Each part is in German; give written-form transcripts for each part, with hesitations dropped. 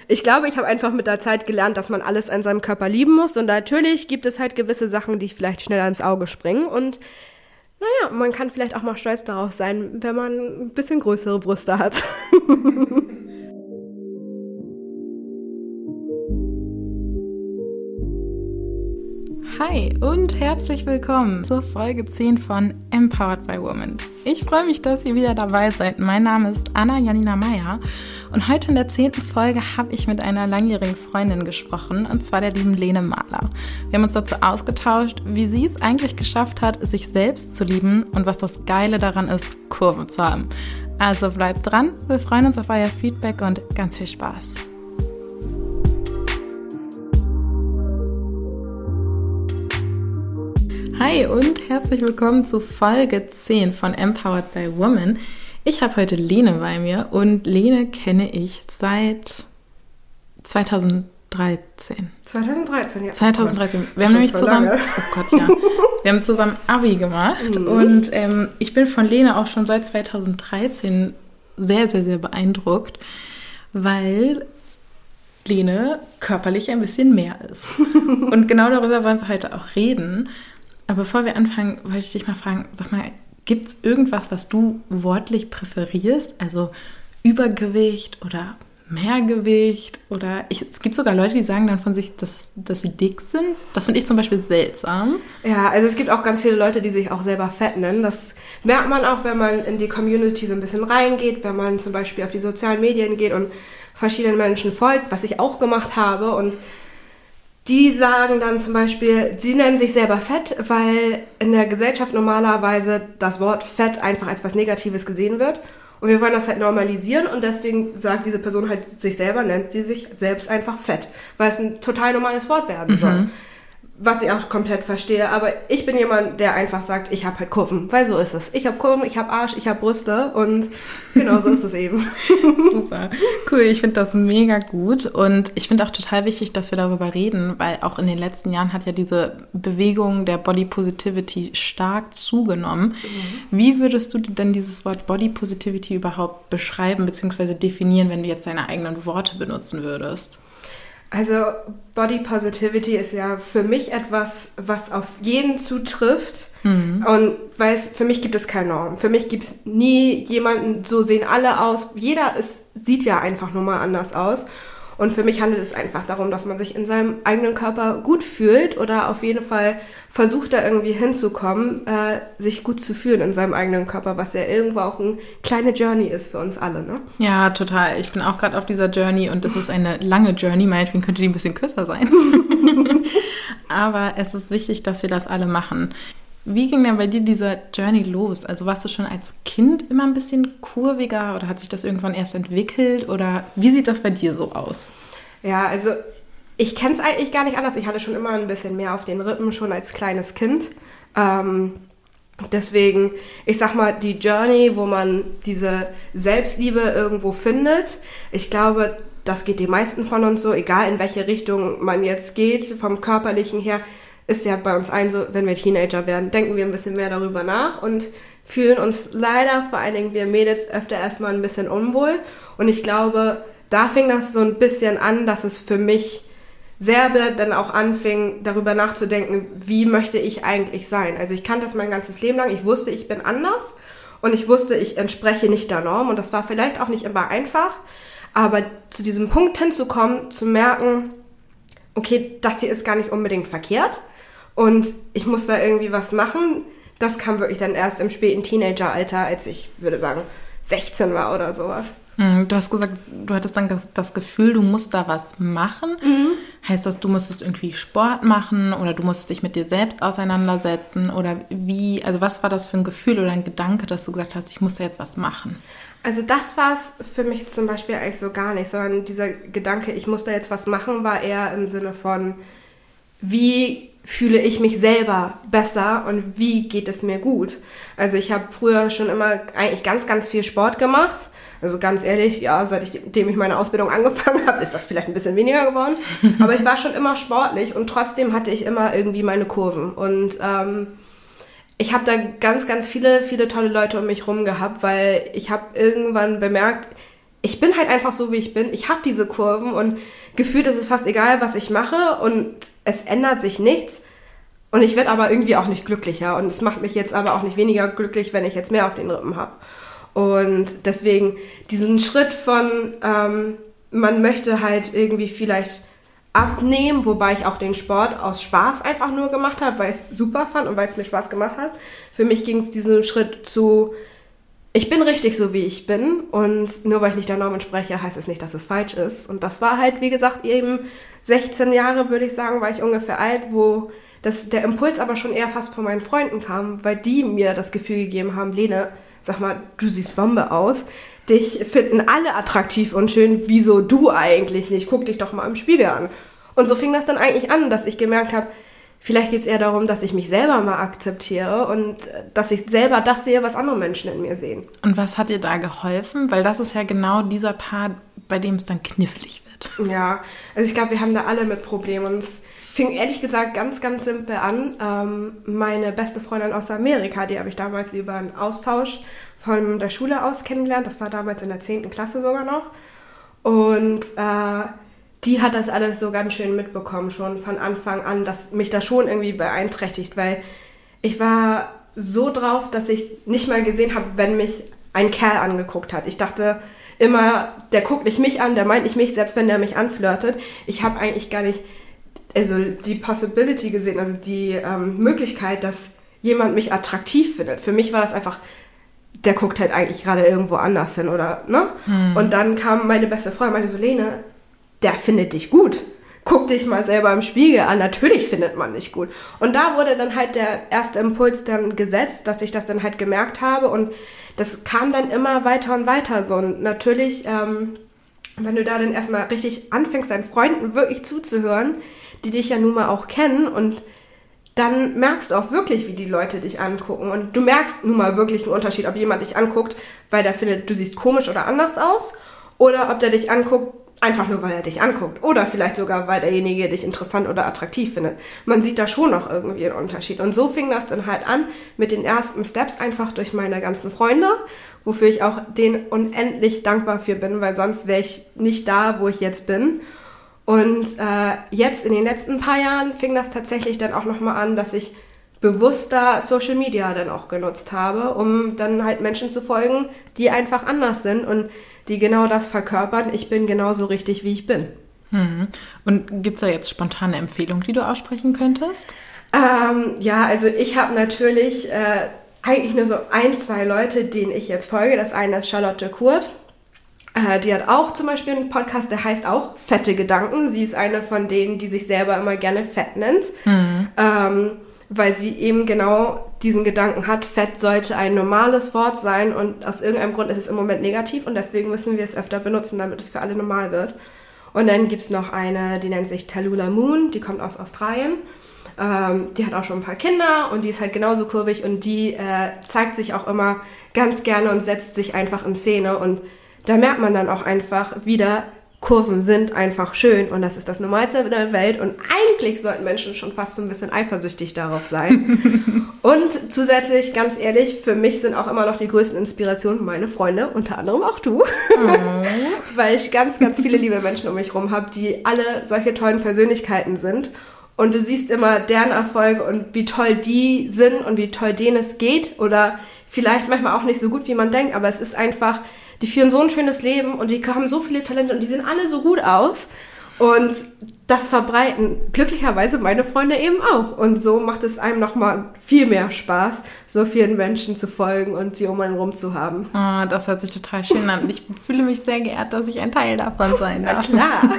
ich glaube, ich habe einfach mit der Zeit gelernt, dass man alles an seinem Körper lieben muss. Und natürlich gibt es halt gewisse Sachen, die vielleicht schneller ins Auge springen. Und naja, man kann vielleicht auch mal stolz darauf sein, wenn man ein bisschen größere Brüste hat. Hi und herzlich willkommen zur Folge 10 von Empowered by Women. Ich freue mich, dass ihr wieder dabei seid. Mein Name ist Anna Janina Meyer und heute in der 10. Folge habe ich mit einer langjährigen Freundin gesprochen, und zwar der lieben Lene Mahler. Wir haben uns dazu ausgetauscht, wie sie es eigentlich geschafft hat, sich selbst zu lieben und was das Geile daran ist, Kurven zu haben. Also bleibt dran, wir freuen uns auf euer Feedback und ganz viel Spaß. Hi und herzlich willkommen zu Folge 10 von Empowered by Women. Ich habe heute Lene bei mir und Lene kenne ich seit 2013. 2013, ja. 2013. Wir haben nämlich zusammen, wir haben zusammen Abi gemacht und ich bin von Lene auch schon seit 2013 sehr, sehr, sehr beeindruckt, weil Lene körperlich ein bisschen mehr ist. Und genau darüber wollen wir heute auch reden. Aber bevor wir anfangen, wollte ich dich mal fragen, sag mal, gibt es irgendwas, was du wortlich präferierst? Also Übergewicht oder Mehrgewicht? Oder es gibt sogar Leute, die sagen dann von sich, dass sie dick sind. Das finde ich zum Beispiel seltsam. Ja, also es gibt auch ganz viele Leute, die sich auch selber fett nennen. Das merkt man auch, wenn man in die Community so ein bisschen reingeht, wenn man zum Beispiel auf die sozialen Medien geht und verschiedenen Menschen folgt, was ich auch gemacht habe. Und die sagen dann zum Beispiel, sie nennen sich selber fett, weil in der Gesellschaft normalerweise das Wort Fett einfach als was Negatives gesehen wird. Und wir wollen das halt normalisieren und deswegen sagt diese Person halt sich selber, nennt sie sich selbst einfach fett, weil es ein total normales Wort werden soll. Was ich auch komplett verstehe, aber ich bin jemand, der einfach sagt, ich habe halt Kurven, weil so ist es. Ich habe Kurven, ich habe Arsch, ich habe Brüste und genau so ist es eben. Super, cool, ich finde das mega gut und ich finde auch total wichtig, dass wir darüber reden, weil auch in den letzten Jahren hat ja diese Bewegung der Body Positivity stark zugenommen. Wie würdest du denn dieses Wort Body Positivity überhaupt beschreiben bzw. definieren, wenn du jetzt deine eigenen Worte benutzen würdest? Also Body Positivity ist ja für mich etwas, was auf jeden zutrifft. Und weil für mich gibt es keine Norm. Für mich gibt es nie jemanden, so sehen alle aus. Jeder sieht ja einfach nur mal anders aus. Und für mich handelt es einfach darum, dass man sich in seinem eigenen Körper gut fühlt oder auf jeden Fall versucht, da irgendwie hinzukommen, sich gut zu fühlen in seinem eigenen Körper, was ja irgendwo auch eine kleine Journey ist für uns alle, ne? Ja, total. Ich bin auch gerade auf dieser Journey und das ist eine lange Journey. Meinetwegen könnte die ein bisschen kürzer sein. Aber es ist wichtig, dass wir das alle machen. Wie ging denn bei dir dieser Journey los? Also warst du schon als Kind immer ein bisschen kurviger oder hat sich das irgendwann erst entwickelt? Oder wie sieht das bei dir so aus? Ja, also ich kenne es eigentlich gar nicht anders. Ich hatte schon immer ein bisschen mehr auf den Rippen, schon als kleines Kind. Deswegen, ich sag mal, die Journey, wo man diese Selbstliebe irgendwo findet, ich glaube, das geht den meisten von uns so, egal in welche Richtung man jetzt geht, vom Körperlichen her, ist ja bei uns allen so, wenn wir Teenager werden, denken wir ein bisschen mehr darüber nach und fühlen uns leider, vor allen Dingen wir Mädels, öfter erstmal ein bisschen unwohl. Und ich glaube, da fing das so ein bisschen an, dass es für mich selber dann auch anfing, darüber nachzudenken, wie möchte ich eigentlich sein. Also ich kannte das mein ganzes Leben lang, ich wusste, ich bin anders und ich wusste, ich entspreche nicht der Norm und das war vielleicht auch nicht immer einfach, aber zu diesem Punkt hinzukommen, zu merken, okay, das hier ist gar nicht unbedingt verkehrt und ich muss da irgendwie was machen, das kam wirklich dann erst im späten Teenageralter, als ich, würde sagen, 16 war oder sowas. Du hast gesagt, du hattest dann das Gefühl, du musst da was machen. Heißt das, du musstest irgendwie Sport machen oder du musstest dich mit dir selbst auseinandersetzen? Oder wie, also was war das für ein Gefühl oder ein Gedanke, dass du gesagt hast, ich muss da jetzt was machen? Also das war es für mich zum Beispiel eigentlich so gar nicht, sondern dieser Gedanke, ich muss da jetzt was machen, war eher im Sinne von, wie fühle ich mich selber besser und wie geht es mir gut? Also ich habe früher schon immer eigentlich ganz, ganz viel Sport gemacht. Also ganz ehrlich, ja, seitdem ich meine Ausbildung angefangen habe, ist das vielleicht ein bisschen weniger geworden. Aber ich war schon immer sportlich und trotzdem hatte ich immer irgendwie meine Kurven. Und ich habe da ganz, ganz viele tolle Leute um mich rum gehabt, weil ich habe irgendwann bemerkt, ich bin halt einfach so, wie ich bin. Ich habe diese Kurven und gefühlt ist es fast egal, was ich mache und es ändert sich nichts. Und ich werde aber irgendwie auch nicht glücklicher. Und es macht mich jetzt aber auch nicht weniger glücklich, wenn ich jetzt mehr auf den Rippen habe. Und deswegen diesen Schritt von, man möchte halt irgendwie vielleicht abnehmen, wobei ich auch den Sport aus Spaß einfach nur gemacht habe, weil ich es super fand und weil es mir Spaß gemacht hat. Für mich ging es diesen Schritt zu, ich bin richtig so, wie ich bin und nur weil ich nicht der Norm entspreche, heißt es nicht, dass es falsch ist. Und das war halt, wie gesagt, eben 16 Jahre, würde ich sagen, war ich ungefähr alt, wo der Impuls aber schon eher fast von meinen Freunden kam, weil die mir das Gefühl gegeben haben, Lene, sag mal, du siehst Bombe aus. Dich finden alle attraktiv und schön, wieso du eigentlich nicht? Guck dich doch mal im Spiegel an. Und so fing das dann eigentlich an, dass ich gemerkt habe, vielleicht geht es eher darum, dass ich mich selber mal akzeptiere und dass ich selber das sehe, was andere Menschen in mir sehen. Und was hat dir da geholfen? Weil das ist ja genau dieser Part, bei dem es dann knifflig wird. Ja, also ich glaube, wir haben da alle mit Problemen. Und es fing ehrlich gesagt ganz, ganz simpel an. Meine beste Freundin aus Amerika, die habe ich damals über einen Austausch von der Schule aus kennengelernt. Das war damals in der 10. Klasse sogar noch. Und die hat das alles so ganz schön mitbekommen, schon von Anfang an, dass mich das schon irgendwie beeinträchtigt, weil ich war so drauf, dass ich nicht mal gesehen habe, wenn mich ein Kerl angeguckt hat. Ich dachte immer, der guckt nicht mich an, der meint nicht mich, selbst wenn der mich anflirtet. Ich habe eigentlich gar nicht die Possibility gesehen, also die Möglichkeit, dass jemand mich attraktiv findet. Für mich war das einfach, der guckt halt eigentlich gerade irgendwo anders hin, oder, ne? Und dann kam meine beste Freundin und meinte so, Lene, der findet dich gut. Guck dich mal selber im Spiegel an. Natürlich findet man dich gut. Und da wurde dann halt der erste Impuls dann gesetzt, dass ich das dann halt gemerkt habe. Und das kam dann immer weiter und weiter so. Und natürlich, wenn du da dann erstmal richtig anfängst, deinen Freunden wirklich zuzuhören, die dich ja nun mal auch kennen, und dann merkst du auch wirklich, wie die Leute dich angucken. Und du merkst nun mal wirklich einen Unterschied, ob jemand dich anguckt, weil der findet, du siehst komisch oder anders aus, oder ob der dich anguckt, einfach nur, weil er dich anguckt. Oder vielleicht sogar, weil derjenige dich interessant oder attraktiv findet. Man sieht da schon noch irgendwie einen Unterschied. Und so fing das dann halt an mit den ersten Steps, einfach durch meine ganzen Freunde, wofür ich auch denen unendlich dankbar für bin, weil sonst wäre ich nicht da, wo ich jetzt bin. Und jetzt in den letzten paar Jahren fing das tatsächlich dann auch nochmal an, dass ich bewusster Social Media dann auch genutzt habe, um dann halt Menschen zu folgen, die einfach anders sind und die genau das verkörpern. Ich bin genauso richtig, wie ich bin. Und gibt es da jetzt spontane Empfehlungen, die du aussprechen könntest? Ja, also ich habe natürlich eigentlich nur so 1, 2 Leute, denen ich jetzt folge. Das eine ist Charlotte Kurt. Die hat auch zum Beispiel einen Podcast, der heißt auch Fette Gedanken. Sie ist eine von denen, die sich selber immer gerne fett nennt. Weil sie eben genau diesen Gedanken hat, Fett sollte ein normales Wort sein und aus irgendeinem Grund ist es im Moment negativ und deswegen müssen wir es öfter benutzen, damit es für alle normal wird. Und dann gibt's noch eine, die nennt sich Tallulah Moon, die kommt aus Australien. Die hat auch schon ein paar Kinder und die ist halt genauso kurvig und die zeigt sich auch immer ganz gerne und setzt sich einfach in Szene und da merkt man dann auch einfach wieder, Kurven sind einfach schön und das ist das Normalste der Welt und eigentlich sollten Menschen schon fast so ein bisschen eifersüchtig darauf sein. Und zusätzlich, ganz ehrlich, für mich sind auch immer noch die größten Inspirationen meine Freunde, unter anderem auch du, weil ich ganz, ganz viele liebe Menschen um mich rum habe, die alle solche tollen Persönlichkeiten sind und du siehst immer deren Erfolge und wie toll die sind und wie toll denen es geht oder vielleicht manchmal auch nicht so gut, wie man denkt, aber es ist einfach, die führen so ein schönes Leben und die haben so viele Talente und die sehen alle so gut aus. Und das verbreiten glücklicherweise meine Freunde eben auch. Und so macht es einem nochmal viel mehr Spaß, so vielen Menschen zu folgen und sie um einen rum zu haben. Oh, das hört sich total schön an. Ich fühle mich sehr geehrt, dass ich ein Teil davon sein darf. Na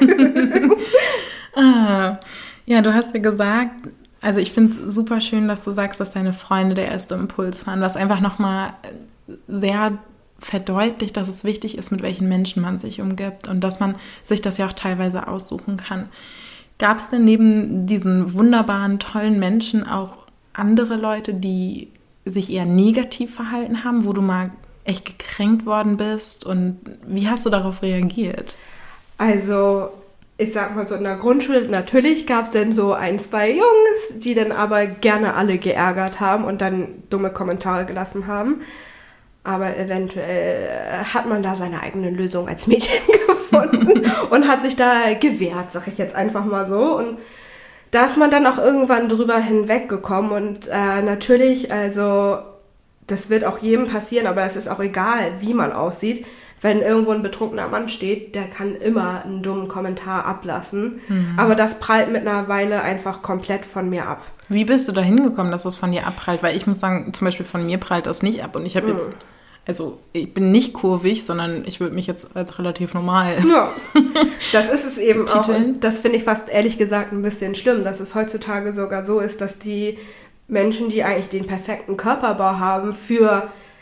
klar. Ja, du hast ja gesagt, also ich finde es super schön, dass du sagst, dass deine Freunde der erste Impuls waren, was einfach nochmal sehr verdeutlicht, dass es wichtig ist, mit welchen Menschen man sich umgibt und dass man sich das ja auch teilweise aussuchen kann. Gab es denn neben diesen wunderbaren, tollen Menschen auch andere Leute, die sich eher negativ verhalten haben, wo du mal echt gekränkt worden bist und wie hast du darauf reagiert? Also, ich sag mal so, in der Grundschule, natürlich gab es dann so 1, 2 Jungs, die dann aber gerne alle geärgert haben und dann dumme Kommentare gelassen haben. Aber eventuell hat man da seine eigene Lösung als Mädchen gefunden und hat sich da gewehrt, sag ich jetzt einfach mal so. Und da ist man dann auch irgendwann drüber hinweggekommen. Und natürlich, also das wird auch jedem passieren, aber es ist auch egal, wie man aussieht. Wenn irgendwo ein betrunkener Mann steht, der kann immer einen dummen Kommentar ablassen. Aber das prallt mittlerweile einfach komplett von mir ab. Wie bist du da hingekommen, dass das von dir abprallt? Weil ich muss sagen, zum Beispiel von mir prallt das nicht ab. Und ich habe jetzt, also ich bin nicht kurvig, sondern ich würde mich jetzt als relativ normal Ja, das ist es eben auch. titeln. Und das finde ich fast ehrlich gesagt ein bisschen schlimm, dass es heutzutage sogar so ist, dass die Menschen, die eigentlich den perfekten Körperbau haben für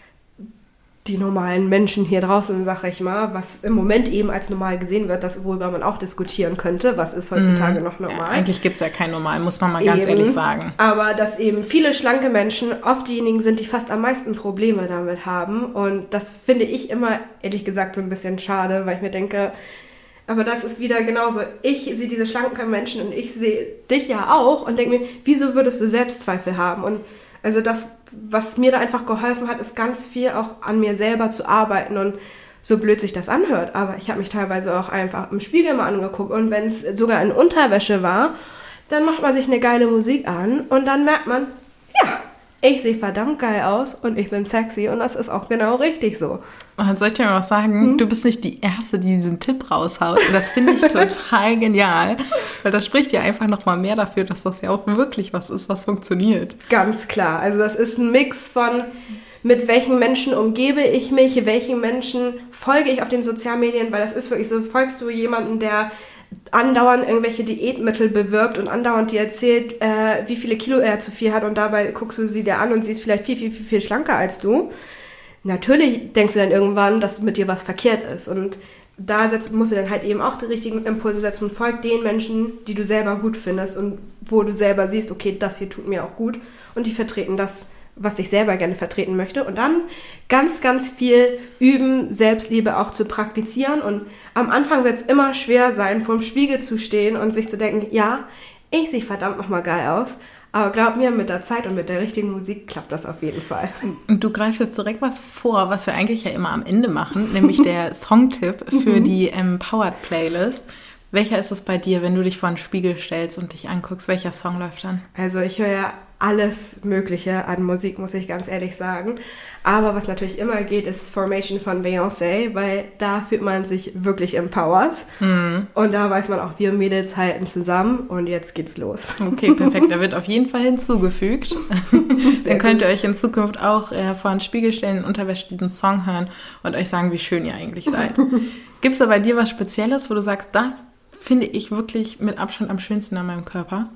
die normalen Menschen hier draußen, sag ich mal, was im Moment eben als normal gesehen wird, das worüber man auch diskutieren könnte, was ist heutzutage noch normal. Ja, eigentlich gibt es ja kein Normal, muss man mal ganz ehrlich sagen. Aber dass eben viele schlanke Menschen oft diejenigen sind, die fast am meisten Probleme damit haben. Und das finde ich immer, ehrlich gesagt, so ein bisschen schade, weil ich mir denke, aber das ist wieder genauso. Ich sehe diese schlanken Menschen und ich sehe dich ja auch und denke mir, wieso würdest du Selbstzweifel haben? Und also das, was mir da einfach geholfen hat, ist ganz viel auch an mir selber zu arbeiten und so blöd sich das anhört. Aber ich habe mich teilweise auch einfach im Spiegel mal angeguckt und wenn es sogar in Unterwäsche war, dann macht man sich eine geile Musik an und dann merkt man, ja, ich sehe verdammt geil aus und ich bin sexy und das ist auch genau richtig so. Und soll ich dir mal was sagen? Du bist nicht die Erste, die diesen Tipp raushaut. Und das finde ich total genial, weil das spricht ja einfach nochmal mehr dafür, dass das ja auch wirklich was ist, was funktioniert. Ganz klar. Also das ist ein Mix von, mit welchen Menschen umgebe ich mich, welchen Menschen folge ich auf den Sozialmedien, weil das ist wirklich so, folgst du jemanden, der andauernd irgendwelche Diätmittel bewirbt und andauernd dir erzählt, wie viele Kilo er zu viel hat und dabei guckst du sie dir an und sie ist vielleicht viel schlanker als du. Natürlich denkst du dann irgendwann, dass mit dir was verkehrt ist und da musst du dann halt eben auch die richtigen Impulse setzen. Folg den Menschen, die du selber gut findest und wo du selber siehst, okay, das hier tut mir auch gut und die vertreten das, was ich selber gerne vertreten möchte und dann ganz, ganz viel üben, Selbstliebe auch zu praktizieren und am Anfang wird es immer schwer sein, vor dem Spiegel zu stehen und sich zu denken, ja, ich sehe verdammt nochmal geil aus, aber glaub mir, mit der Zeit und mit der richtigen Musik klappt das auf jeden Fall. Und du greifst jetzt direkt was vor, was wir eigentlich ja immer am Ende machen, nämlich der Songtipp für die Empowered Playlist. Welcher ist es bei dir, wenn du dich vor den Spiegel stellst und dich anguckst? Welcher Song läuft dann? Also ich höre ja alles Mögliche an Musik, muss ich ganz ehrlich sagen. Aber was natürlich immer geht, ist Formation von Beyoncé, weil da fühlt man sich wirklich empowered. Und da weiß man auch, wir Mädels halten zusammen und jetzt geht's los. Okay, perfekt. Der wird auf jeden Fall hinzugefügt. Dann könnt ihr euch in Zukunft auch vor den Spiegel stellen, in Unterwäsche diesen Song hören und euch sagen, wie schön ihr eigentlich seid. Gibt es da bei dir was Spezielles, wo du sagst, das finde ich wirklich mit Abstand am schönsten an meinem Körper?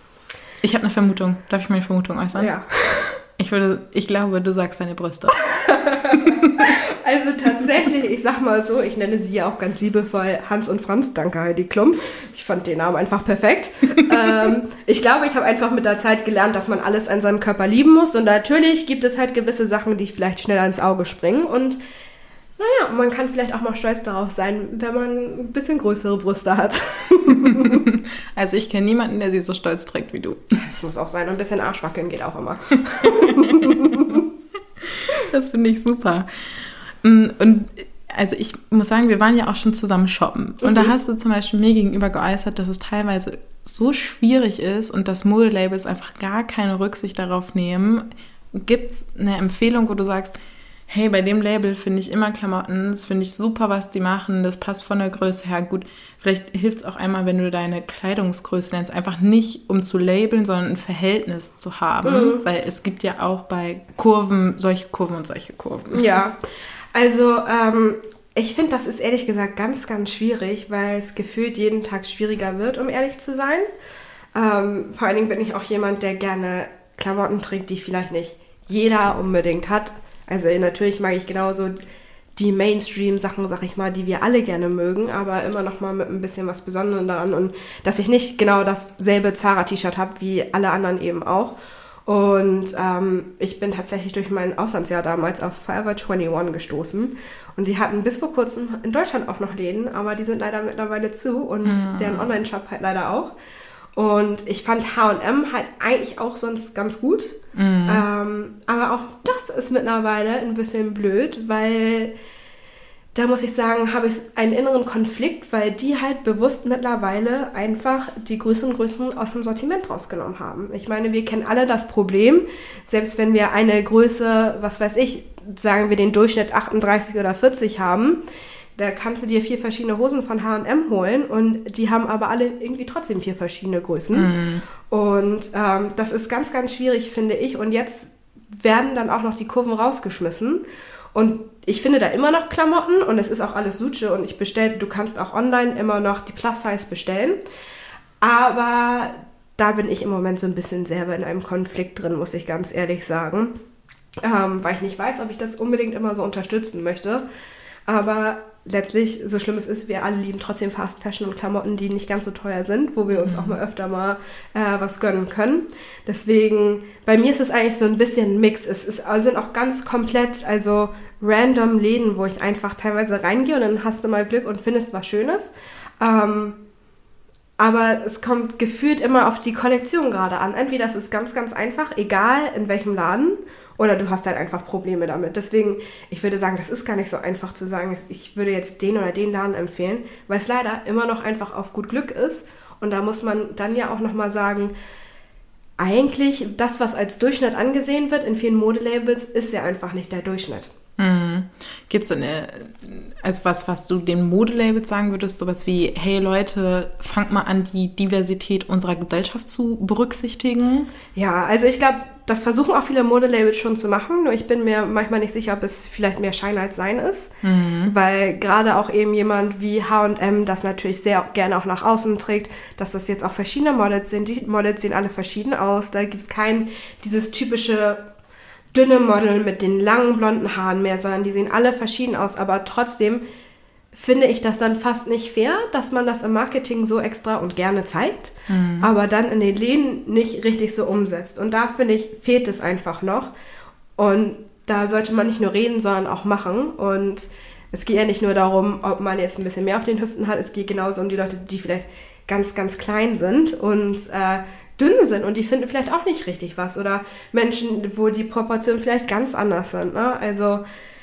Ich habe eine Vermutung. Darf ich meine Vermutung äußern? Ja. Ich glaube, du sagst deine Brüste. Also tatsächlich, ich sag mal so, ich nenne sie ja auch ganz liebevoll Hans und Franz, danke Heidi Klum. Ich fand den Namen einfach perfekt. Ich glaube, ich habe einfach mit der Zeit gelernt, dass man alles an seinem Körper lieben muss und natürlich gibt es halt gewisse Sachen, die vielleicht schneller ins Auge springen und naja, man kann vielleicht auch mal stolz darauf sein, wenn man ein bisschen größere Brüste hat. Also ich kenne niemanden, der sie so stolz trägt wie du. Das muss auch sein. Und ein bisschen Arschwackeln geht auch immer. Das finde ich super. Und also ich muss sagen, wir waren ja auch schon zusammen shoppen. Und da hast du zum Beispiel mir gegenüber geäußert, dass es teilweise so schwierig ist und dass Modelabels einfach gar keine Rücksicht darauf nehmen. Gibt es eine Empfehlung, wo du sagst, hey, bei dem Label finde ich immer Klamotten, das finde ich super, was die machen, das passt von der Größe her gut. Vielleicht hilft es auch einmal, wenn du deine Kleidungsgröße nennst, einfach nicht, um zu labeln, sondern ein Verhältnis zu haben, weil es gibt ja auch bei Kurven solche Kurven und solche Kurven. Ja, also ich finde, das ist ehrlich gesagt ganz, ganz schwierig, weil es gefühlt jeden Tag schwieriger wird, um ehrlich zu sein. Vor allen Dingen bin ich auch jemand, der gerne Klamotten trägt, die vielleicht nicht jeder unbedingt hat. Also natürlich mag ich genauso die Mainstream-Sachen, sag ich mal, die wir alle gerne mögen, aber immer noch mal mit ein bisschen was Besonderem daran und dass ich nicht genau dasselbe Zara-T-Shirt habe wie alle anderen eben auch. Und ich bin tatsächlich durch mein Auslandsjahr damals auf Forever 21 gestoßen und die hatten bis vor kurzem in Deutschland auch noch Läden, aber die sind leider mittlerweile zu und deren Online-Shop halt leider auch. Und ich fand H&M halt eigentlich auch sonst ganz gut. Aber auch das ist mittlerweile ein bisschen blöd, weil da muss ich sagen, habe ich einen inneren Konflikt, weil die halt bewusst mittlerweile einfach die größeren Größen aus dem Sortiment rausgenommen haben. Ich meine, wir kennen alle das Problem, selbst wenn wir eine Größe, was weiß ich, sagen wir den Durchschnitt 38 oder 40 haben, da kannst du dir 4 verschiedene Hosen von H&M holen und die haben aber alle irgendwie trotzdem 4 verschiedene Größen. Und das ist ganz, ganz schwierig, finde ich. Und jetzt werden dann auch noch die Kurven rausgeschmissen. Und ich finde da immer noch Klamotten und es ist auch alles Suche und du kannst auch online immer noch die Plus-Size bestellen. Aber da bin ich im Moment so ein bisschen selber in einem Konflikt drin, muss ich ganz ehrlich sagen. Weil ich nicht weiß, ob ich das unbedingt immer so unterstützen möchte. Aber letztlich, so schlimm es ist, wir alle lieben trotzdem Fast Fashion und Klamotten, die nicht ganz so teuer sind, wo wir uns auch mal öfter mal was gönnen können. Deswegen, bei mir ist es eigentlich so ein bisschen ein Mix. Sind auch ganz komplett, also random Läden, wo ich einfach teilweise reingehe und dann hast du mal Glück und findest was Schönes. Aber es kommt gefühlt immer auf die Kollektion gerade an. Entweder es ist ganz, ganz einfach, egal in welchem Laden, oder du hast halt einfach Probleme damit. Deswegen, ich würde sagen, das ist gar nicht so einfach zu sagen, ich würde jetzt den oder den Laden empfehlen, weil es leider immer noch einfach auf gut Glück ist. Und da muss man dann ja auch nochmal sagen, eigentlich das, was als Durchschnitt angesehen wird in vielen Modelabels, ist ja einfach nicht der Durchschnitt. Gibt es also was du den Modelabels sagen würdest, sowas wie, hey Leute, fangt mal an, die Diversität unserer Gesellschaft zu berücksichtigen? Ja, also ich glaube, das versuchen auch viele Modelabels schon zu machen, nur ich bin mir manchmal nicht sicher, ob es vielleicht mehr Schein als Sein ist, weil gerade auch eben jemand wie H&M das natürlich sehr gerne auch nach außen trägt, dass das jetzt auch verschiedene Models sind. Die Models sehen alle verschieden aus, da gibt es dieses typische dünne Model mit den langen blonden Haaren mehr, sondern die sehen alle verschieden aus, aber trotzdem finde ich das dann fast nicht fair, dass man das im Marketing so extra und gerne zeigt, aber dann in den Läden nicht richtig so umsetzt. Und da finde ich, fehlt es einfach noch. Und da sollte man nicht nur reden, sondern auch machen. Und es geht ja nicht nur darum, ob man jetzt ein bisschen mehr auf den Hüften hat, es geht genauso um die Leute, die vielleicht ganz, ganz klein sind und dünn sind und die finden vielleicht auch nicht richtig was oder Menschen, wo die Proportionen vielleicht ganz anders sind, ne? Also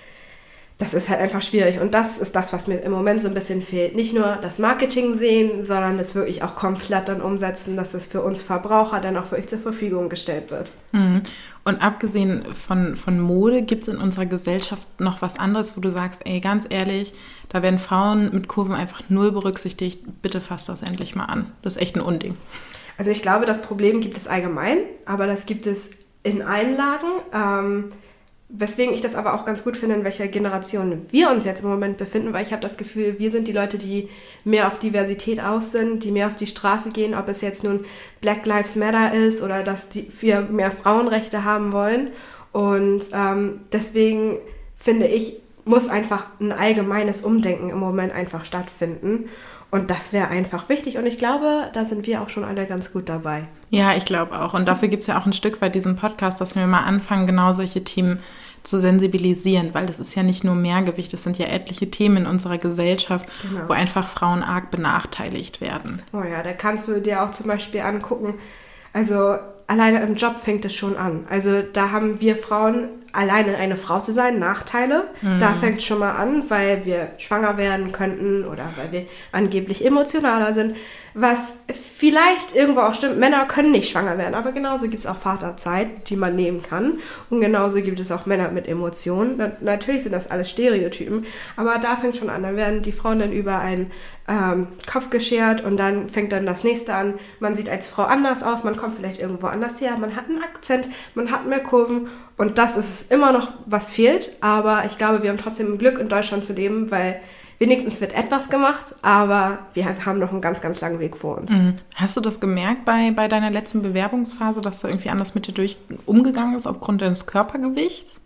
das ist halt einfach schwierig und das ist das, was mir im Moment so ein bisschen fehlt. Nicht nur das Marketing sehen, sondern es wirklich auch komplett dann umsetzen, dass es für uns Verbraucher dann auch wirklich zur Verfügung gestellt wird. Und abgesehen von Mode, gibt es in unserer Gesellschaft noch was anderes, wo du sagst, ey, ganz ehrlich, da werden Frauen mit Kurven einfach null berücksichtigt, bitte fasst das endlich mal an. Das ist echt ein Unding. Also ich glaube, das Problem gibt es allgemein, aber das gibt es in allen Lagen. Weswegen ich das aber auch ganz gut finde, in welcher Generation wir uns jetzt im Moment befinden, weil ich habe das Gefühl, wir sind die Leute, die mehr auf Diversität aus sind, die mehr auf die Straße gehen, ob es jetzt nun Black Lives Matter ist oder dass wir mehr Frauenrechte haben wollen. Und deswegen finde ich, muss einfach ein allgemeines Umdenken im Moment einfach stattfinden. Und das wäre einfach wichtig. Und ich glaube, da sind wir auch schon alle ganz gut dabei. Ja, ich glaube auch. Und dafür gibt es ja auch ein Stück weit diesen Podcast, dass wir mal anfangen, genau solche Themen zu sensibilisieren. Weil das ist ja nicht nur Mehrgewicht, das sind ja etliche Themen in unserer Gesellschaft, wo einfach Frauen arg benachteiligt werden. Oh ja, da kannst du dir auch zum Beispiel angucken, also alleine im Job fängt es schon an. Also da haben wir Frauen, alleine eine Frau zu sein, Nachteile. Da fängt es schon mal an, weil wir schwanger werden könnten oder weil wir angeblich emotionaler sind. Was vielleicht irgendwo auch stimmt, Männer können nicht schwanger werden, aber genauso gibt es auch Vaterzeit, die man nehmen kann. Und genauso gibt es auch Männer mit Emotionen. Natürlich sind das alles Stereotypen, aber da fängt schon an. Dann werden die Frauen dann über einen Kopf geschert und dann fängt dann das nächste an. Man sieht als Frau anders aus, man kommt vielleicht irgendwo anders her, man hat einen Akzent, man hat mehr Kurven und das ist immer noch, was fehlt. Aber ich glaube, wir haben trotzdem Glück, in Deutschland zu leben, weil wenigstens wird etwas gemacht, aber wir haben noch einen ganz, ganz langen Weg vor uns. Hast du das gemerkt bei deiner letzten Bewerbungsphase, dass da irgendwie anders mit dir umgegangen ist aufgrund deines Körpergewichts?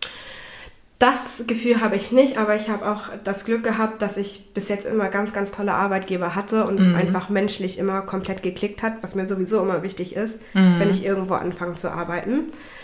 Das Gefühl habe ich nicht, aber ich habe auch das Glück gehabt, dass ich bis jetzt immer ganz, ganz tolle Arbeitgeber hatte und es einfach menschlich immer komplett geklickt hat, was mir sowieso immer wichtig ist, wenn ich irgendwo anfange zu arbeiten.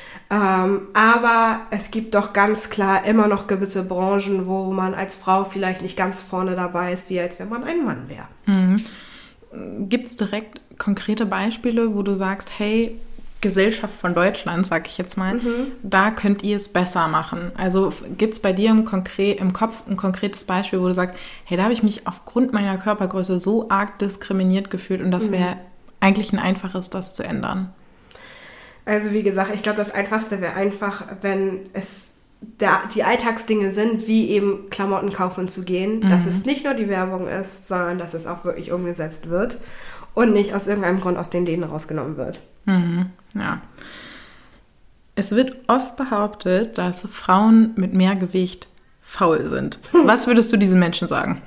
Aber es gibt doch ganz klar immer noch gewisse Branchen, wo man als Frau vielleicht nicht ganz vorne dabei ist, wie als wenn man ein Mann wäre. gibt es direkt konkrete Beispiele, wo du sagst, hey, Gesellschaft von Deutschland, sag ich jetzt mal, da könnt ihr es besser machen. Also gibt es bei dir im Kopf ein konkretes Beispiel, wo du sagst, hey, da habe ich mich aufgrund meiner Körpergröße so arg diskriminiert gefühlt und das wäre eigentlich ein einfaches, das zu ändern? Also wie gesagt, ich glaube, das Einfachste wäre einfach, wenn es die Alltagsdinge sind, wie eben Klamotten kaufen zu gehen, dass es nicht nur die Werbung ist, sondern dass es auch wirklich umgesetzt wird und nicht aus irgendeinem Grund aus den Läden rausgenommen wird. Ja. Es wird oft behauptet, dass Frauen mit mehr Gewicht faul sind. Was würdest du diesen Menschen sagen?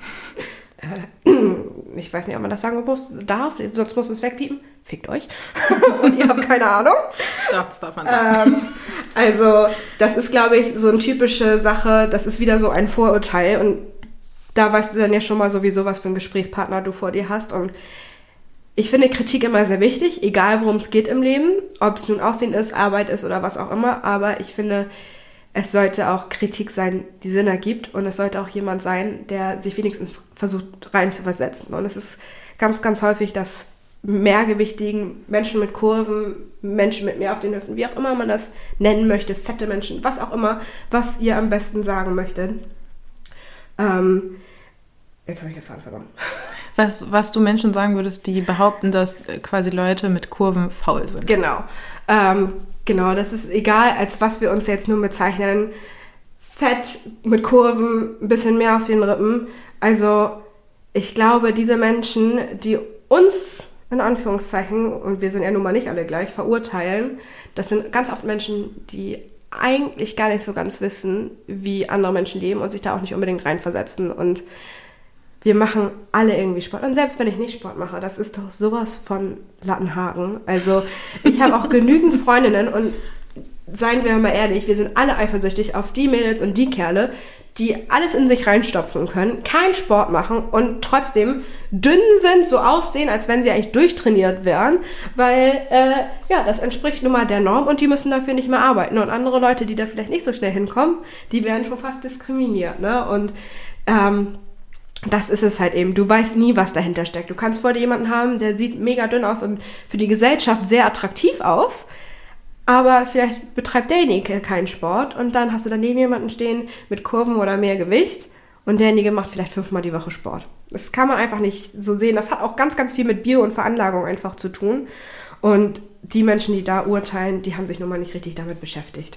Ich weiß nicht, ob man das sagen darf, sonst muss es wegpiepen. Fickt euch. Und ihr habt keine Ahnung. Doch, das darf man sagen. Also, das ist, glaube ich, so eine typische Sache, das ist wieder so ein Vorurteil und da weißt du dann ja schon mal sowieso, was für einen Gesprächspartner du vor dir hast und ich finde Kritik immer sehr wichtig, egal worum es geht im Leben, ob es nun Aussehen ist, Arbeit ist oder was auch immer, aber ich finde, es sollte auch Kritik sein, die Sinn ergibt und es sollte auch jemand sein, der sich wenigstens versucht reinzuversetzen. Und es ist ganz, ganz häufig, dass mehrgewichtigen Menschen mit Kurven, Menschen mit mehr auf den Hüften, wie auch immer man das nennen möchte, fette Menschen, was auch immer, was ihr am besten sagen möchtet. Jetzt habe ich den Faden verloren. Was du Menschen sagen würdest, die behaupten, dass quasi Leute mit Kurven faul sind. Genau. Genau, das ist egal, als was wir uns jetzt nur bezeichnen. Fett, mit Kurven, ein bisschen mehr auf den Rippen. Also ich glaube, diese Menschen, die uns, in Anführungszeichen, und wir sind ja nun mal nicht alle gleich, verurteilen, das sind ganz oft Menschen, die eigentlich gar nicht so ganz wissen, wie andere Menschen leben und sich da auch nicht unbedingt reinversetzen. Und wir machen alle irgendwie Sport. Und selbst wenn ich nicht Sport mache, das ist doch sowas von Lattenhagen. Also ich habe auch genügend Freundinnen und seien wir mal ehrlich, wir sind alle eifersüchtig auf die Mädels und die Kerle, die alles in sich reinstopfen können, keinen Sport machen und trotzdem dünn sind, so aussehen, als wenn sie eigentlich durchtrainiert wären, weil das entspricht nun mal der Norm und die müssen dafür nicht mehr arbeiten. Und andere Leute, die da vielleicht nicht so schnell hinkommen, die werden schon fast diskriminiert, ne? Und das ist es halt eben. Du weißt nie, was dahinter steckt. Du kannst vor dir jemanden haben, der sieht mega dünn aus und für die Gesellschaft sehr attraktiv aus, aber vielleicht betreibt derjenige keinen Sport und dann hast du daneben jemanden stehen mit Kurven oder mehr Gewicht und derjenige macht vielleicht 5-mal die Woche Sport. Das kann man einfach nicht so sehen. Das hat auch ganz, ganz viel mit Bio und Veranlagung einfach zu tun. Und die Menschen, die da urteilen, die haben sich nun mal nicht richtig damit beschäftigt.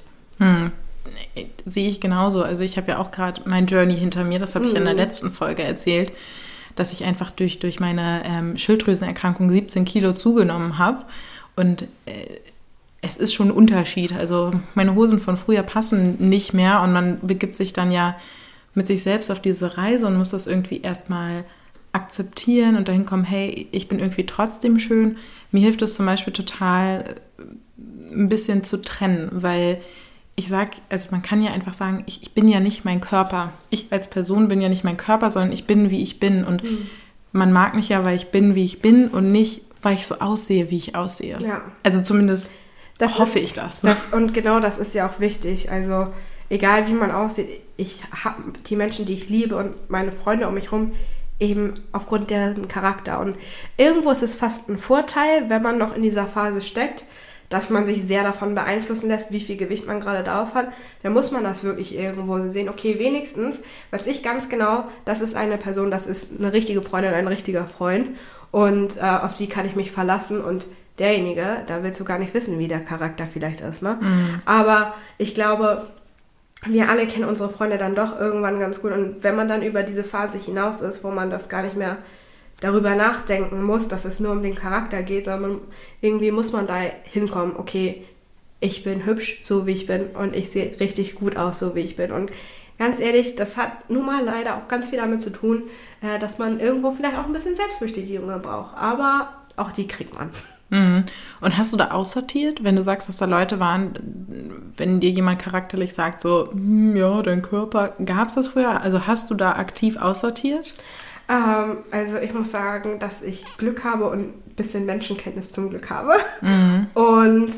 Sehe ich genauso. Also ich habe ja auch gerade mein Journey hinter mir, das habe ich in der letzten Folge erzählt, dass ich einfach durch meine Schilddrüsenerkrankung 17 Kilo zugenommen habe und es ist schon ein Unterschied. Also meine Hosen von früher passen nicht mehr und man begibt sich dann ja mit sich selbst auf diese Reise und muss das irgendwie erstmal akzeptieren und dahin kommen, hey, ich bin irgendwie trotzdem schön. Mir hilft es zum Beispiel total, ein bisschen zu trennen, weil ich sage, also man kann ja einfach sagen, ich bin ja nicht mein Körper. Ich als Person bin ja nicht mein Körper, sondern ich bin, wie ich bin. Und man mag mich ja, weil ich bin, wie ich bin und nicht, weil ich so aussehe, wie ich aussehe. Ja. Also zumindest hoffe ich das. Und genau das ist ja auch wichtig. Also egal, wie man aussieht, ich habe die Menschen, die ich liebe und meine Freunde um mich herum, eben aufgrund deren Charakter. Und irgendwo ist es fast ein Vorteil, wenn man noch in dieser Phase steckt, dass man sich sehr davon beeinflussen lässt, wie viel Gewicht man gerade drauf hat, dann muss man das wirklich irgendwo sehen. Okay, wenigstens weiß ich ganz genau, das ist eine Person, das ist eine richtige Freundin, ein richtiger Freund und auf die kann ich mich verlassen und derjenige, da willst du gar nicht wissen, wie der Charakter vielleicht ist, ne? Aber ich glaube, wir alle kennen unsere Freunde dann doch irgendwann ganz gut und wenn man dann über diese Phase hinaus ist, wo man das gar nicht mehr darüber nachdenken muss, dass es nur um den Charakter geht, sondern irgendwie muss man da hinkommen, okay, ich bin hübsch, so wie ich bin und ich sehe richtig gut aus, so wie ich bin. Und ganz ehrlich, das hat nun mal leider auch ganz viel damit zu tun, dass man irgendwo vielleicht auch ein bisschen Selbstbestätigung braucht. Aber auch die kriegt man. Und hast du da aussortiert, wenn du sagst, dass da Leute waren, wenn dir jemand charakterlich sagt, so, ja, dein Körper, gab es das früher? Also hast du da aktiv aussortiert? Also ich muss sagen, dass ich Glück habe und ein bisschen Menschenkenntnis zum Glück habe. Und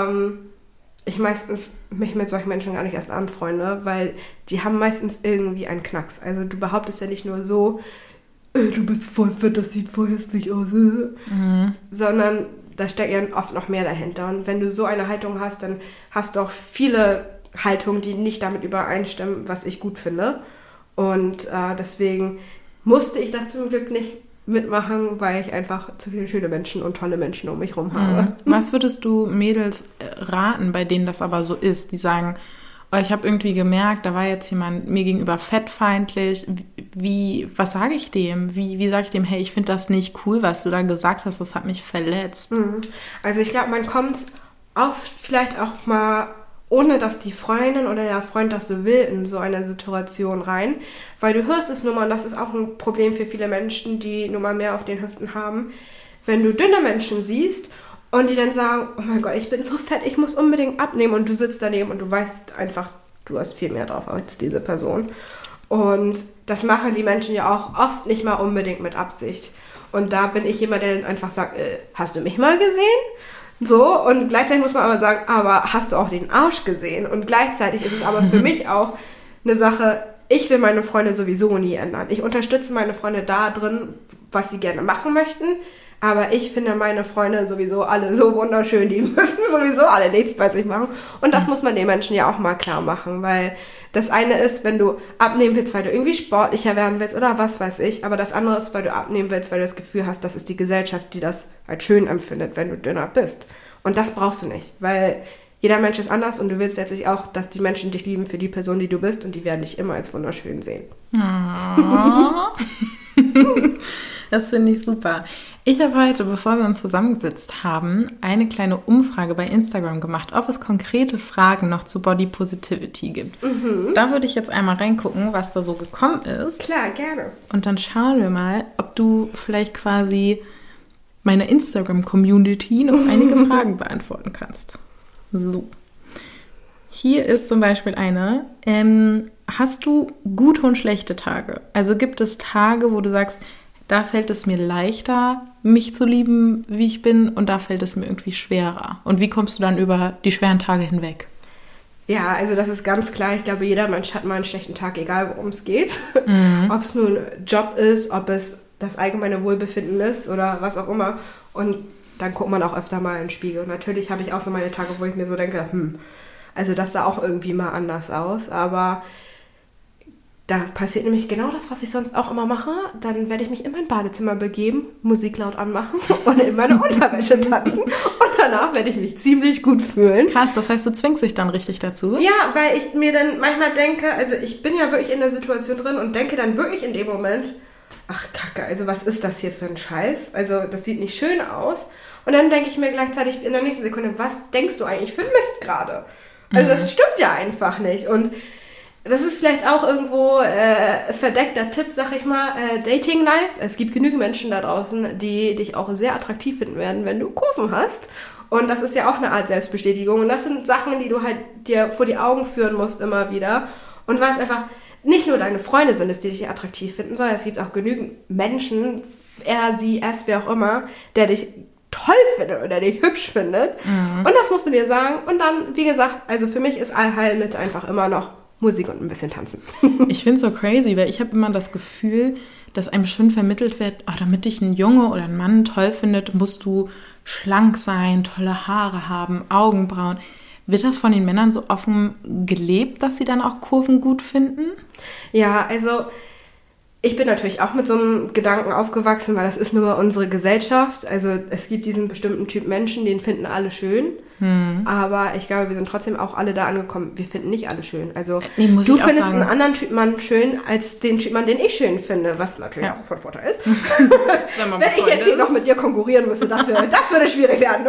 ich meistens mich mit solchen Menschen gar nicht erst anfreunde, weil die haben meistens irgendwie einen Knacks. Also du behauptest ja nicht nur so du bist voll fett, das sieht voll hässlich aus. Sondern da steckt ja oft noch mehr dahinter. Und wenn du so eine Haltung hast, dann hast du auch viele Haltungen, die nicht damit übereinstimmen, was ich gut finde. Und deswegen musste ich das zum Glück nicht mitmachen, weil ich einfach zu viele schöne Menschen und tolle Menschen um mich rum habe. Was würdest du Mädels raten, bei denen das aber so ist, die sagen, oh, ich habe irgendwie gemerkt, da war jetzt jemand mir gegenüber fettfeindlich, was sage ich dem? Wie sage ich dem, hey, ich finde das nicht cool, was du da gesagt hast, das hat mich verletzt. Also ich glaube, man kommt oft vielleicht auch mal, ohne dass die Freundin oder der Freund das so will, in so eine Situation rein. Weil du hörst es nun mal, und das ist auch ein Problem für viele Menschen, die nun mal mehr auf den Hüften haben. Wenn du dünne Menschen siehst und die dann sagen, oh mein Gott, ich bin so fett, ich muss unbedingt abnehmen. Und du sitzt daneben und du weißt einfach, du hast viel mehr drauf als diese Person. Und das machen die Menschen ja auch oft nicht mal unbedingt mit Absicht. Und da bin ich jemand, der dann einfach sagt, hast du mich mal gesehen? So, und gleichzeitig muss man aber sagen, aber hast du auch den Arsch gesehen? Und gleichzeitig ist es aber für mich auch eine Sache, ich will meine Freunde sowieso nie ändern. Ich unterstütze meine Freunde da drin, was sie gerne machen möchten, aber ich finde meine Freunde sowieso alle so wunderschön, die müssen sowieso alle nichts bei sich machen. Und das muss man den Menschen ja auch mal klar machen, weil das eine ist, wenn du abnehmen willst, weil du irgendwie sportlicher werden willst oder was weiß ich, aber das andere ist, weil du abnehmen willst, weil du das Gefühl hast, das ist die Gesellschaft, die das als schön empfindet, wenn du dünner bist. Und das brauchst du nicht, weil jeder Mensch ist anders und du willst letztlich auch, dass die Menschen dich lieben für die Person, die du bist und die werden dich immer als wunderschön sehen. Das finde ich super. Ich habe heute, bevor wir uns zusammengesetzt haben, eine kleine Umfrage bei Instagram gemacht, ob es konkrete Fragen noch zu Body Positivity gibt. Da würde ich jetzt einmal reingucken, was da so gekommen ist. Klar, gerne. Und dann schauen wir mal, ob du vielleicht quasi meiner Instagram-Community noch einige Fragen beantworten kannst. So. Hier ist zum Beispiel eine, hast du gute und schlechte Tage? Also gibt es Tage, wo du sagst, da fällt es mir leichter, mich zu lieben, wie ich bin, und da fällt es mir irgendwie schwerer. Und wie kommst du dann über die schweren Tage hinweg? Ja, also das ist ganz klar. Ich glaube, jeder Mensch hat mal einen schlechten Tag, egal worum es geht. Ob es nun Job ist, ob es das allgemeine Wohlbefinden ist oder was auch immer. Und dann guckt man auch öfter mal in den Spiegel. Und natürlich habe ich auch so meine Tage, wo ich mir so denke, also das sah auch irgendwie mal anders aus. Aber da passiert nämlich genau das, was ich sonst auch immer mache. Dann werde ich mich in mein Badezimmer begeben, Musik laut anmachen und in meine Unterwäsche tanzen. Und danach werde ich mich ziemlich gut fühlen. Krass, das heißt, du zwingst dich dann richtig dazu? Ja, weil ich mir dann manchmal denke, also ich bin ja wirklich in der Situation drin und denke dann wirklich in dem Moment, ach Kacke, also was ist das hier für ein Scheiß? Also das sieht nicht schön aus. Und dann denke ich mir gleichzeitig in der nächsten Sekunde, was denkst du eigentlich für ein Mist gerade? Also das stimmt ja einfach nicht. Und das ist vielleicht auch irgendwo verdeckter Tipp, sag ich mal, Dating Life. Es gibt genügend Menschen da draußen, die dich auch sehr attraktiv finden werden, wenn du Kurven hast. Und das ist ja auch eine Art Selbstbestätigung. Und das sind Sachen, die du halt dir vor die Augen führen musst immer wieder. Und weil es einfach nicht nur deine Freunde sind, die dich attraktiv finden, sondern es gibt auch genügend Menschen, er, sie, es, wer auch immer, der dich toll findet oder dich hübsch findet. Und das musst du dir sagen. Und dann, wie gesagt, also für mich ist Allheilmittel einfach immer noch Musik und ein bisschen tanzen. Ich finde es so crazy, weil ich habe immer das Gefühl, dass einem schon vermittelt wird, oh, damit dich ein Junge oder ein Mann toll findet, musst du schlank sein, tolle Haare haben, Augenbrauen. Wird das von den Männern so offen gelebt, dass sie dann auch Kurven gut finden? Ja, also ich bin natürlich auch mit so einem Gedanken aufgewachsen, weil das ist nur mal unsere Gesellschaft. Also es gibt diesen bestimmten Typ Menschen, den finden alle schön. Aber ich glaube, wir sind trotzdem auch alle da angekommen. Wir finden nicht alle schön. Also du findest einen anderen Typ Mann schön als den Typ Mann, den ich schön finde, was natürlich auch von Vorteil ist. Wenn ich jetzt hier noch mit dir konkurrieren müsste, das würde schwierig werden.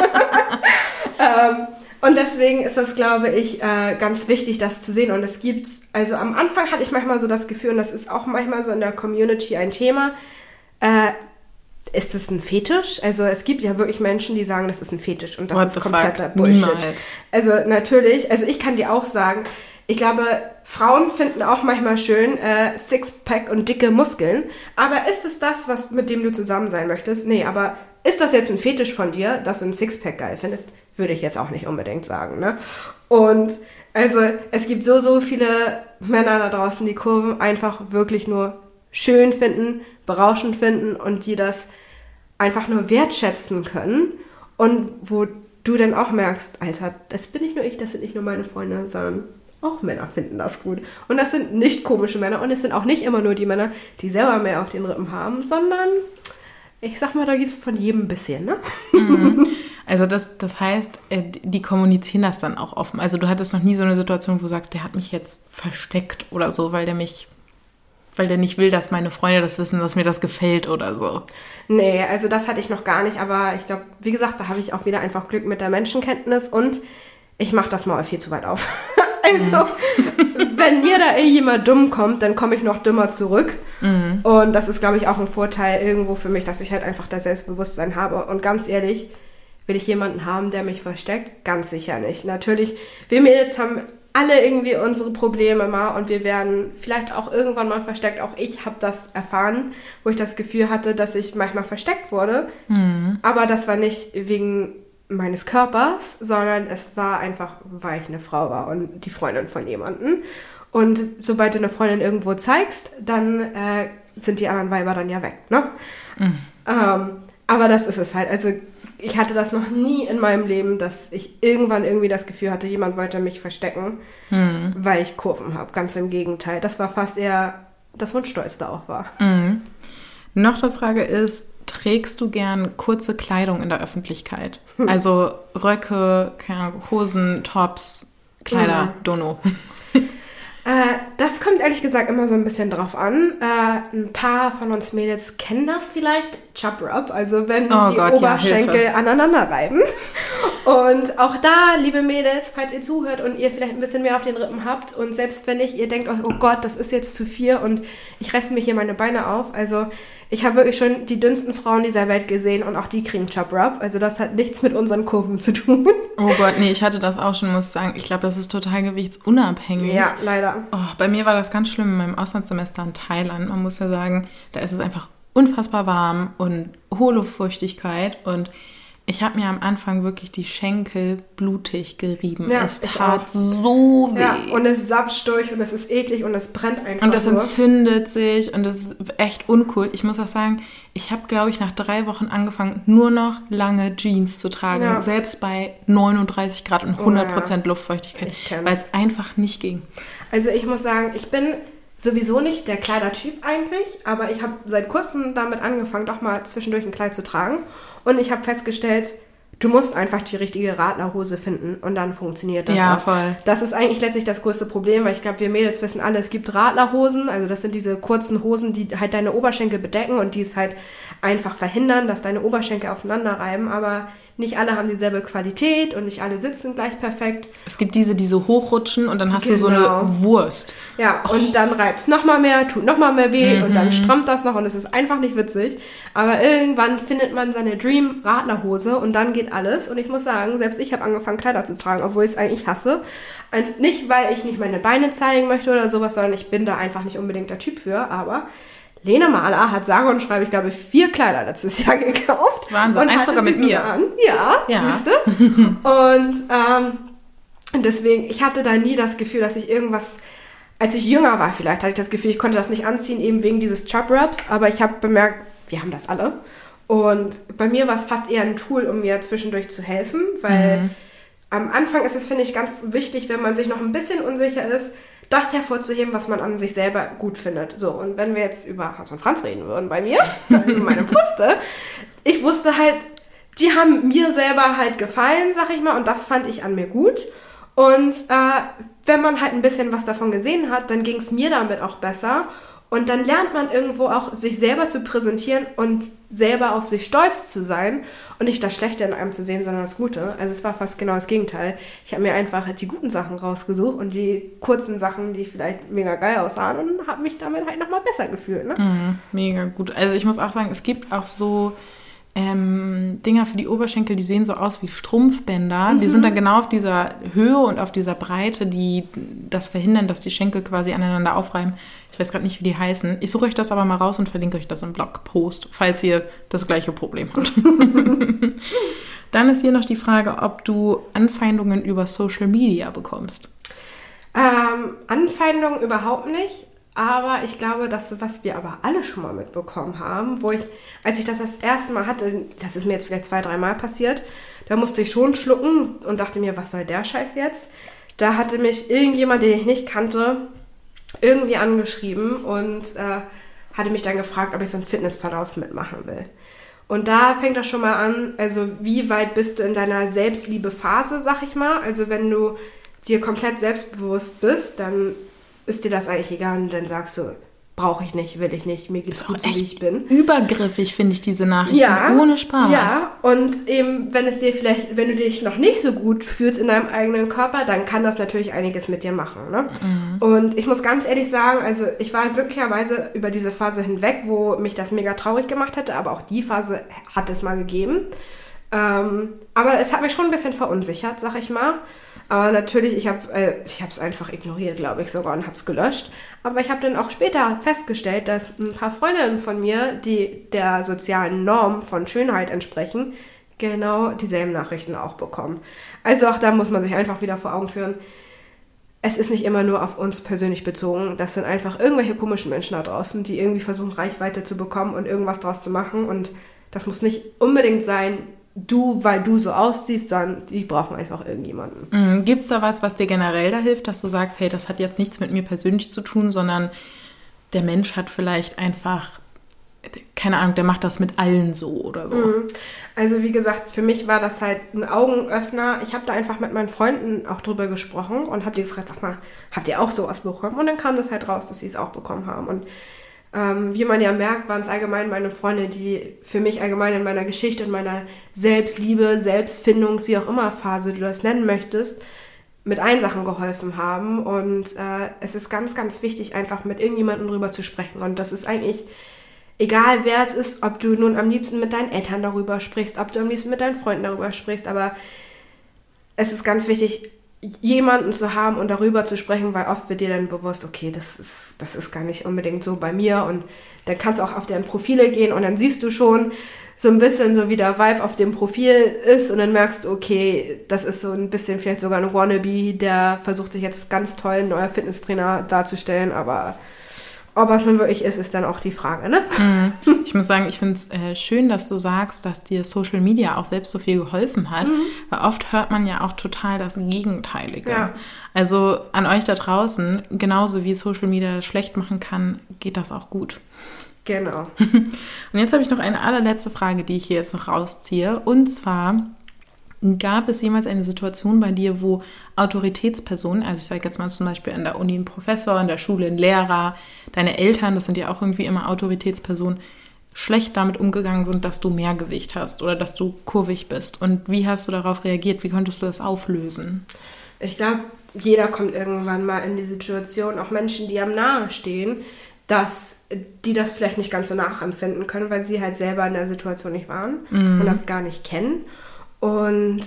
Und deswegen ist das, glaube ich, ganz wichtig, das zu sehen. Und es gibt, also am Anfang hatte ich manchmal so das Gefühl, und das ist auch manchmal so in der Community ein Thema, ist das ein Fetisch? Also es gibt ja wirklich Menschen, die sagen, das ist ein Fetisch und das ist kompletter Bullshit. Niemals. Also natürlich, also ich kann dir auch sagen, ich glaube, Frauen finden auch manchmal schön Sixpack und dicke Muskeln, aber ist es das, was mit dem du zusammen sein möchtest? Nee, aber ist das jetzt ein Fetisch von dir, dass du ein Sixpack geil findest? Würde ich jetzt auch nicht unbedingt sagen, ne? Und also es gibt so viele Männer da draußen, die Kurven einfach wirklich nur schön finden, berauschend finden und die das einfach nur wertschätzen können und wo du dann auch merkst, Alter, das bin nicht nur ich, das sind nicht nur meine Freunde, sondern auch Männer finden das gut. Und das sind nicht komische Männer und es sind auch nicht immer nur die Männer, die selber mehr auf den Rippen haben, sondern ich sag mal, da gibt es von jedem ein bisschen, ne? Also das heißt, die kommunizieren das dann auch offen. Also du hattest noch nie so eine Situation, wo du sagst, der hat mich jetzt versteckt oder so, weil der nicht will, dass meine Freunde das wissen, dass mir das gefällt oder so. Nee, also das hatte ich noch gar nicht, aber ich glaube, wie gesagt, da habe ich auch wieder einfach Glück mit der Menschenkenntnis und ich mache das mal viel zu weit auf. Also, wenn mir da jemand dumm kommt, dann komme ich noch dümmer zurück. Und das ist, glaube ich, auch ein Vorteil irgendwo für mich, dass ich halt einfach das Selbstbewusstsein habe. Und ganz ehrlich, will ich jemanden haben, der mich versteckt? Ganz sicher nicht. Natürlich, wir Mädels haben alle irgendwie unsere Probleme mal und wir werden vielleicht auch irgendwann mal versteckt. Auch ich habe das erfahren, wo ich das Gefühl hatte, dass ich manchmal versteckt wurde. Aber das war nicht wegen meines Körpers, sondern es war einfach, weil ich eine Frau war und die Freundin von jemandem. Und sobald du eine Freundin irgendwo zeigst, dann sind die anderen Weiber dann ja weg, ne? Aber das ist es halt. Also ich hatte das noch nie in meinem Leben, dass ich irgendwann irgendwie das Gefühl hatte, jemand wollte mich verstecken, weil ich Kurven habe. Ganz im Gegenteil. Das war fast eher das Wunschstolz da auch war. Noch eine Frage ist, trägst du gern kurze Kleidung in der Öffentlichkeit? Also Röcke, Hosen, Tops, Kleider, Dono. Das kommt ehrlich gesagt immer so ein bisschen drauf an. Ein paar von uns Mädels kennen das vielleicht. Chub Rub, also wenn Oberschenkel aneinander reiben. Und auch da, liebe Mädels, falls ihr zuhört und ihr vielleicht ein bisschen mehr auf den Rippen habt und selbst wenn nicht, ihr denkt euch, oh Gott, das ist jetzt zu viel und ich reiße mir hier meine Beine auf. Also ich habe wirklich schon die dünnsten Frauen dieser Welt gesehen und auch die kriegen Chub Rub. Also das hat nichts mit unseren Kurven zu tun. Oh Gott, nee, ich hatte das auch schon, muss ich sagen. Ich glaube, das ist total gewichtsunabhängig. Ja, leider. Oh, bei mir war das ganz schlimm in meinem Auslandssemester in Thailand. Man muss ja sagen, da ist es einfach unfassbar warm und hohe Luftfeuchtigkeit und ich habe mir am Anfang wirklich die Schenkel blutig gerieben. Ja, es tat so weh. Ja, und es sapscht durch und es ist eklig und es brennt einfach. Und das entzündet sich und das ist echt uncool. Ich muss auch sagen, ich habe, glaube ich, nach 3 Wochen angefangen, nur noch lange Jeans zu tragen. Selbst bei 39 Grad und 100% Luftfeuchtigkeit, weil es einfach nicht ging. Also ich muss sagen, ich bin sowieso nicht der Kleidertyp eigentlich, aber ich habe seit kurzem damit angefangen, doch mal zwischendurch ein Kleid zu tragen. Und ich habe festgestellt, du musst einfach die richtige Radlerhose finden und dann funktioniert das ja, auch. Voll. Das ist eigentlich letztlich das größte Problem, weil ich glaube, wir Mädels wissen alle, es gibt Radlerhosen, also das sind diese kurzen Hosen, die halt deine Oberschenkel bedecken und die es halt einfach verhindern, dass deine Oberschenkel aufeinander reiben, aber nicht alle haben dieselbe Qualität und nicht alle sitzen gleich perfekt. Es gibt diese hochrutschen und dann hast du so eine Wurst. Ja, und dann reibt es nochmal mehr, tut nochmal mehr weh und dann strammt das noch und es ist einfach nicht witzig. Aber irgendwann findet man seine Dream-Radlerhose und dann geht alles. Und ich muss sagen, selbst ich habe angefangen, Kleider zu tragen, obwohl ich es eigentlich hasse. Und nicht, weil ich nicht meine Beine zeigen möchte oder sowas, sondern ich bin da einfach nicht unbedingt der Typ für, aber Lena Mahler hat sage und schreibe, ich glaube, 4 Kleider letztes Jahr gekauft. Wahnsinn, und eins sogar mit mir. Ja, siehst du? Und deswegen, ich hatte da nie das Gefühl, dass ich irgendwas, als ich jünger war vielleicht, hatte ich das Gefühl, ich konnte das nicht anziehen, eben wegen dieses Chub-Rubs, aber ich habe bemerkt, wir haben das alle. Und bei mir war es fast eher ein Tool, um mir zwischendurch zu helfen, weil am Anfang ist es, finde ich, ganz wichtig, wenn man sich noch ein bisschen unsicher ist, das hervorzuheben, was man an sich selber gut findet. So, und wenn wir jetzt über Hans und Franz reden würden bei mir, in meiner Brüste, ich wusste halt, die haben mir selber halt gefallen, sag ich mal, und das fand ich an mir gut. Und wenn man halt ein bisschen was davon gesehen hat, dann ging es mir damit auch besser. Und dann lernt man irgendwo auch, sich selber zu präsentieren und selber auf sich stolz zu sein und nicht das Schlechte in einem zu sehen, sondern das Gute. Also es war fast genau das Gegenteil. Ich habe mir einfach die guten Sachen rausgesucht und die kurzen Sachen, die vielleicht mega geil aussahen und habe mich damit halt nochmal besser gefühlt. Ne? Mega gut. Also ich muss auch sagen, es gibt auch so Dinger für die Oberschenkel, die sehen so aus wie Strumpfbänder. Die sind dann genau auf dieser Höhe und auf dieser Breite, die das verhindern, dass die Schenkel quasi aneinander aufreiben. Ich weiß gerade nicht, wie die heißen. Ich suche euch das aber mal raus und verlinke euch das im Blogpost, falls ihr das gleiche Problem habt. Dann ist hier noch die Frage, ob du Anfeindungen über Social Media bekommst. Anfeindungen überhaupt nicht. aber ich glaube, was wir aber alle schon mal mitbekommen haben, als ich das erste Mal hatte, das ist mir jetzt vielleicht 2-3 Mal passiert, da musste ich schon schlucken und dachte mir, was soll der Scheiß jetzt? Da hatte mich irgendjemand, den ich nicht kannte, irgendwie angeschrieben und hatte mich dann gefragt, ob ich so einen Fitnessverlauf mitmachen will. Und da fängt das schon mal an, also wie weit bist du in deiner Selbstliebe-Phase, sag ich mal. Also wenn du dir komplett selbstbewusst bist, dann ist dir das eigentlich egal und dann sagst du, brauche ich nicht, will ich nicht, mir geht's gut so, wie ich bin. Übergriffig finde ich diese Nachrichten, ohne Spaß. Ja, und eben, wenn du dich noch nicht so gut fühlst in deinem eigenen Körper, dann kann das natürlich einiges mit dir machen. Ne? Mhm. Und ich muss ganz ehrlich sagen, also ich war glücklicherweise über diese Phase hinweg, wo mich das mega traurig gemacht hätte, aber auch die Phase hat es mal gegeben. Aber es hat mich schon ein bisschen verunsichert, sag ich mal. Aber natürlich, ich habe es einfach ignoriert, glaube ich sogar, und habe es gelöscht. Aber ich habe dann auch später festgestellt, dass ein paar Freundinnen von mir, die der sozialen Norm von Schönheit entsprechen, genau dieselben Nachrichten auch bekommen. Also auch da muss man sich einfach wieder vor Augen führen, es ist nicht immer nur auf uns persönlich bezogen. Das sind einfach irgendwelche komischen Menschen da draußen, die irgendwie versuchen, Reichweite zu bekommen und irgendwas draus zu machen. Und das muss nicht unbedingt sein, weil du so aussiehst, sondern die brauchen einfach irgendjemanden. Gibt es da was dir generell da hilft, dass du sagst, hey, das hat jetzt nichts mit mir persönlich zu tun, sondern der Mensch hat vielleicht einfach, keine Ahnung, der macht das mit allen so oder so? Also wie gesagt, für mich war das halt ein Augenöffner. Ich habe da einfach mit meinen Freunden auch drüber gesprochen und habe die gefragt, sag mal, habt ihr auch sowas bekommen? Und dann kam das halt raus, dass sie es auch bekommen haben. Und wie man ja merkt, waren es allgemein meine Freunde, die für mich allgemein in meiner Geschichte, in meiner Selbstliebe, Selbstfindungs-, wie auch immer Phase du das nennen möchtest, mit allen Sachen geholfen haben. Und es ist ganz, ganz wichtig, einfach mit irgendjemandem drüber zu sprechen. Und das ist eigentlich egal, wer es ist, ob du nun am liebsten mit deinen Eltern darüber sprichst, ob du am liebsten mit deinen Freunden darüber sprichst. Aber es ist ganz wichtig, jemanden zu haben und darüber zu sprechen, weil oft wird dir dann bewusst, okay, das ist gar nicht unbedingt so bei mir, und dann kannst du auch auf deren Profile gehen und dann siehst du schon so ein bisschen so, wie der Vibe auf dem Profil ist, und dann merkst du, okay, das ist so ein bisschen vielleicht sogar ein Wannabe, der versucht sich jetzt ganz toll ein neuer Fitnesstrainer darzustellen, aber ob es nun wirklich ist dann auch die Frage, ne? Ich muss sagen, ich finde es schön, dass du sagst, dass dir Social Media auch selbst so viel geholfen hat, weil oft hört man ja auch total das Gegenteilige. Ja. Also an euch da draußen, genauso wie Social Media schlecht machen kann, geht das auch gut. Genau. Und jetzt habe ich noch eine allerletzte Frage, die ich hier jetzt noch rausziehe, und zwar: Gab es jemals eine Situation bei dir, wo Autoritätspersonen, also ich sage jetzt mal zum Beispiel an der Uni ein Professor, in der Schule ein Lehrer, deine Eltern, das sind ja auch irgendwie immer Autoritätspersonen, schlecht damit umgegangen sind, dass du mehr Gewicht hast oder dass du kurvig bist? Und wie hast du darauf reagiert? Wie konntest du das auflösen? Ich glaube, jeder kommt irgendwann mal in die Situation, auch Menschen, die am Nahe stehen, dass die das vielleicht nicht ganz so nachempfinden können, weil sie halt selber in der Situation nicht waren und das gar nicht kennen. Und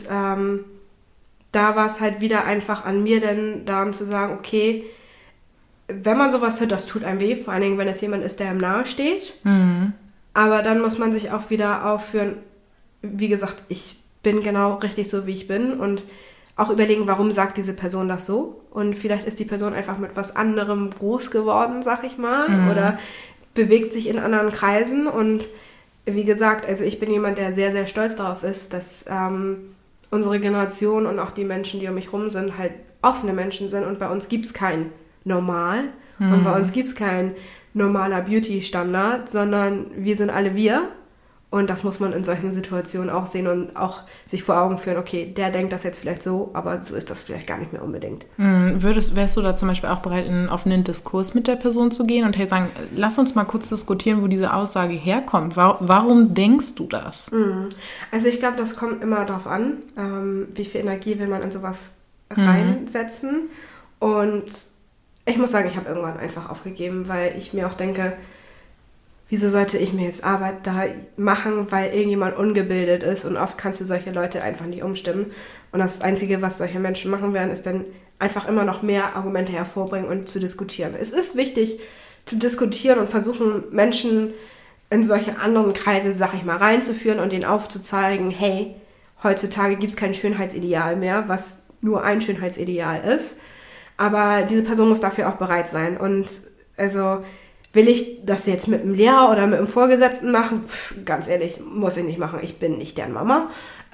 da war es halt wieder einfach an mir, dann daran zu sagen, okay, wenn man sowas hört, das tut einem weh, vor allen Dingen, wenn es jemand ist, der einem nahe steht. Aber dann muss man sich auch wieder aufführen, wie gesagt, ich bin genau richtig so, wie ich bin, und auch überlegen, warum sagt diese Person das so? Und vielleicht ist die Person einfach mit was anderem groß geworden, sag ich mal, oder bewegt sich in anderen Kreisen. Und wie gesagt, also ich bin jemand, der sehr, sehr stolz darauf ist, dass unsere Generation und auch die Menschen, die um mich rum sind, halt offene Menschen sind, und bei uns gibt's kein Normal und bei uns gibt's kein normaler Beauty-Standard, sondern wir sind alle wir, und das muss man in solchen Situationen auch sehen und auch sich vor Augen führen, okay, der denkt das jetzt vielleicht so, aber so ist das vielleicht gar nicht mehr unbedingt. Wärst du da zum Beispiel auch bereit, in einen offenen Diskurs mit der Person zu gehen und hey, sagen, lass uns mal kurz diskutieren, wo diese Aussage herkommt. Warum denkst du das? Also ich glaube, das kommt immer darauf an, wie viel Energie will man in sowas reinsetzen. Und ich muss sagen, ich habe irgendwann einfach aufgegeben, weil ich mir auch denke, wieso sollte ich mir jetzt Arbeit da machen, weil irgendjemand ungebildet ist, und oft kannst du solche Leute einfach nicht umstimmen. Und das Einzige, was solche Menschen machen werden, ist dann einfach immer noch mehr Argumente hervorbringen und zu diskutieren. Es ist wichtig zu diskutieren und versuchen, Menschen in solche anderen Kreise, sag ich mal, reinzuführen und denen aufzuzeigen, hey, heutzutage gibt es kein Schönheitsideal mehr, was nur ein Schönheitsideal ist. Aber diese Person muss dafür auch bereit sein. Und Also will ich das jetzt mit einem Lehrer oder mit einem Vorgesetzten machen? Ganz ehrlich, muss ich nicht machen. Ich bin nicht deren Mama.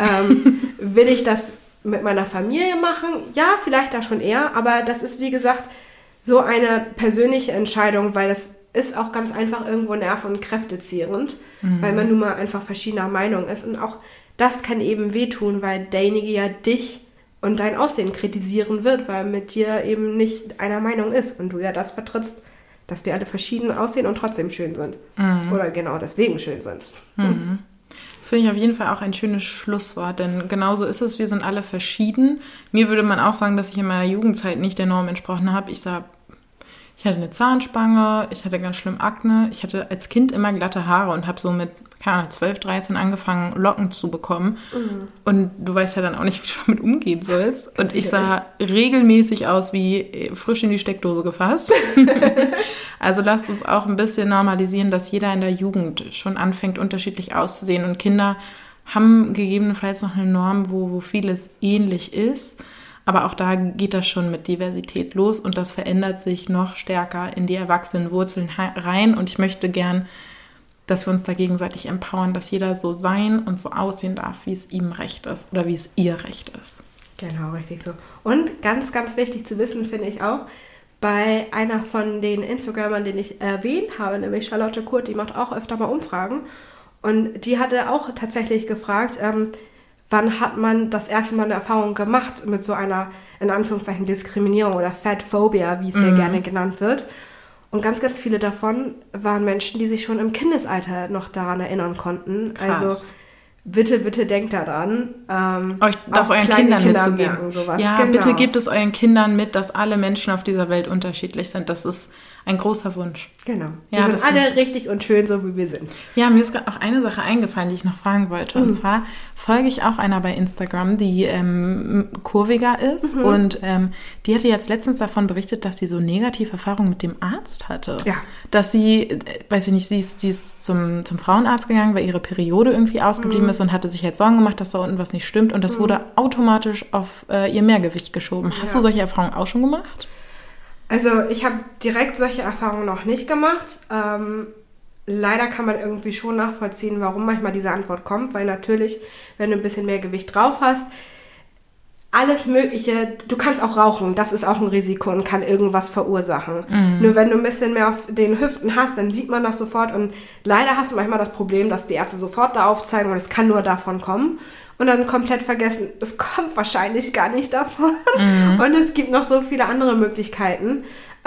Will ich das mit meiner Familie machen? Ja, vielleicht da schon eher. Aber das ist, wie gesagt, so eine persönliche Entscheidung, weil das ist auch ganz einfach irgendwo nerv- und kräftezehrend, weil man nun mal einfach verschiedener Meinung ist. Und auch das kann eben wehtun, weil derjenige ja dich und dein Aussehen kritisieren wird, weil mit dir eben nicht einer Meinung ist und du ja das vertrittst, dass wir alle verschieden aussehen und trotzdem schön sind. Oder genau deswegen schön sind. Das finde ich auf jeden Fall auch ein schönes Schlusswort, denn genauso ist es, wir sind alle verschieden. Mir würde man auch sagen, dass ich in meiner Jugendzeit nicht der Norm entsprochen habe. Ich hatte eine Zahnspange, ich hatte ganz schlimm Akne, ich hatte als Kind immer glatte Haare und habe so mit 12, 13 angefangen, Locken zu bekommen. Und du weißt ja dann auch nicht, wie du damit umgehen sollst. Und ich sah regelmäßig aus wie frisch in die Steckdose gefasst. Also lasst uns auch ein bisschen normalisieren, dass jeder in der Jugend schon anfängt, unterschiedlich auszusehen. Und Kinder haben gegebenenfalls noch eine Norm, wo vieles ähnlich ist. Aber auch da geht das schon mit Diversität los. Und das verändert sich noch stärker in die Erwachsenenwurzeln rein. Und ich möchte gern, dass wir uns da gegenseitig empowern, dass jeder so sein und so aussehen darf, wie es ihm recht ist oder wie es ihr recht ist. Genau, richtig so. Und ganz, ganz wichtig zu wissen, finde ich auch, bei einer von den Instagramern, den ich erwähnt habe, nämlich Charlotte Kurt, die macht auch öfter mal Umfragen. Und die hatte auch tatsächlich gefragt, wann hat man das erste Mal eine Erfahrung gemacht mit so einer, in Anführungszeichen, Diskriminierung oder Fatphobia, wie es ja gerne genannt wird. Und ganz, ganz viele davon waren Menschen, die sich schon im Kindesalter noch daran erinnern konnten. Krass. Also bitte, bitte denkt daran. Euch das euren Kindern mitzugeben. Merken, sowas. Ja, genau. Bitte gebt es euren Kindern mit, dass alle Menschen auf dieser Welt unterschiedlich sind. Das ist ein großer Wunsch. Genau. Ja, wir sind alle richtig und schön, so wie wir sind. Ja, mir ist gerade auch eine Sache eingefallen, die ich noch fragen wollte. Und zwar folge ich auch einer bei Instagram, die kurviger ist. Und die hatte jetzt letztens davon berichtet, dass sie so negative Erfahrungen mit dem Arzt hatte. Ja. Dass sie, weiß ich nicht, sie ist zum Frauenarzt gegangen, weil ihre Periode irgendwie ausgeblieben ist und hatte sich jetzt Sorgen gemacht, dass da unten was nicht stimmt. Und das wurde automatisch auf ihr Mehrgewicht geschoben. Hast du solche Erfahrungen auch schon gemacht? Also ich habe direkt solche Erfahrungen noch nicht gemacht. Leider kann man irgendwie schon nachvollziehen, warum manchmal diese Antwort kommt, weil natürlich, wenn du ein bisschen mehr Gewicht drauf hast, alles Mögliche, du kannst auch rauchen, das ist auch ein Risiko und kann irgendwas verursachen. Nur wenn du ein bisschen mehr auf den Hüften hast, dann sieht man das sofort und leider hast du manchmal das Problem, dass die Ärzte sofort da aufzeigen und es kann nur davon kommen. Und dann komplett vergessen, es kommt wahrscheinlich gar nicht davon. Und es gibt noch so viele andere Möglichkeiten.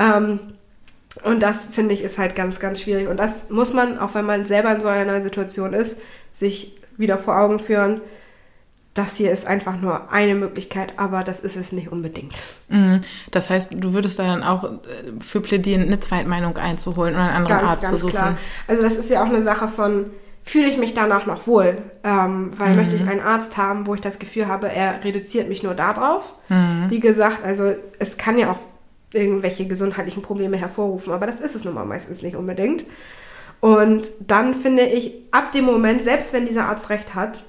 Und das, finde ich, ist halt ganz, ganz schwierig. Und das muss man, auch wenn man selber in so einer Situation ist, sich wieder vor Augen führen. Das hier ist einfach nur eine Möglichkeit, aber das ist es nicht unbedingt. Das heißt, du würdest da dann auch für plädieren, eine Zweitmeinung einzuholen oder einen anderen Arzt zu suchen? Ganz klar. Also das ist ja auch eine Sache von, fühle ich mich danach noch wohl? Weil möchte ich einen Arzt haben, wo ich das Gefühl habe, er reduziert mich nur darauf. Wie gesagt, also es kann ja auch irgendwelche gesundheitlichen Probleme hervorrufen, aber das ist es nun mal meistens nicht unbedingt. Und dann finde ich, ab dem Moment, selbst wenn dieser Arzt recht hat,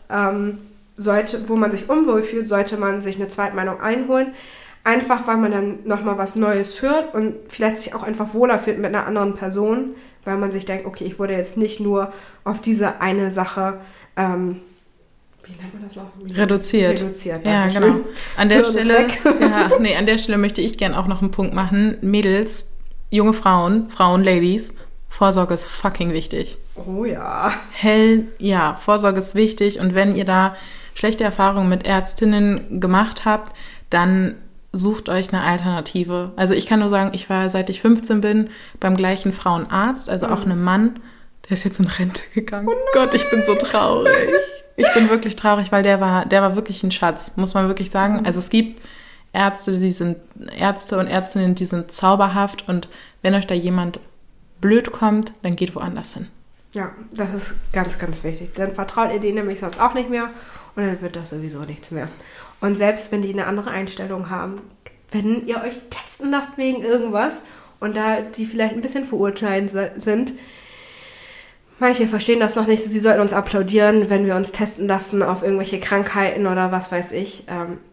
wo man sich unwohl fühlt, sollte man sich eine Zweitmeinung einholen. Einfach, weil man dann nochmal was Neues hört und vielleicht sich auch einfach wohler fühlt mit einer anderen Person, weil man sich denkt, okay, ich wurde jetzt nicht nur auf diese eine Sache, wie nennt man das noch? Reduziert. Ja, genau. An der Stelle möchte ich gern auch noch einen Punkt machen. Mädels, junge Frauen, Ladies, Vorsorge ist fucking wichtig. Oh ja. Vorsorge ist wichtig und wenn ihr da schlechte Erfahrungen mit Ärztinnen gemacht habt, dann sucht euch eine Alternative. Also ich kann nur sagen, ich war, seit ich 15 bin, beim gleichen Frauenarzt, also auch einem Mann, der ist jetzt in Rente gegangen. Oh Gott, ich bin so traurig. Ich bin wirklich traurig, weil der war wirklich ein Schatz, muss man wirklich sagen. Also es gibt Ärzte und Ärztinnen, die sind zauberhaft und wenn euch da jemand blöd kommt, dann geht woanders hin. Ja, das ist ganz, ganz wichtig. Dann vertraut ihr denen nämlich sonst auch nicht mehr und dann wird das sowieso nichts mehr. Und selbst wenn die eine andere Einstellung haben, wenn ihr euch testen lasst wegen irgendwas und da die vielleicht ein bisschen verurteilend sind, manche verstehen das noch nicht, sie sollten uns applaudieren, wenn wir uns testen lassen auf irgendwelche Krankheiten oder was weiß ich.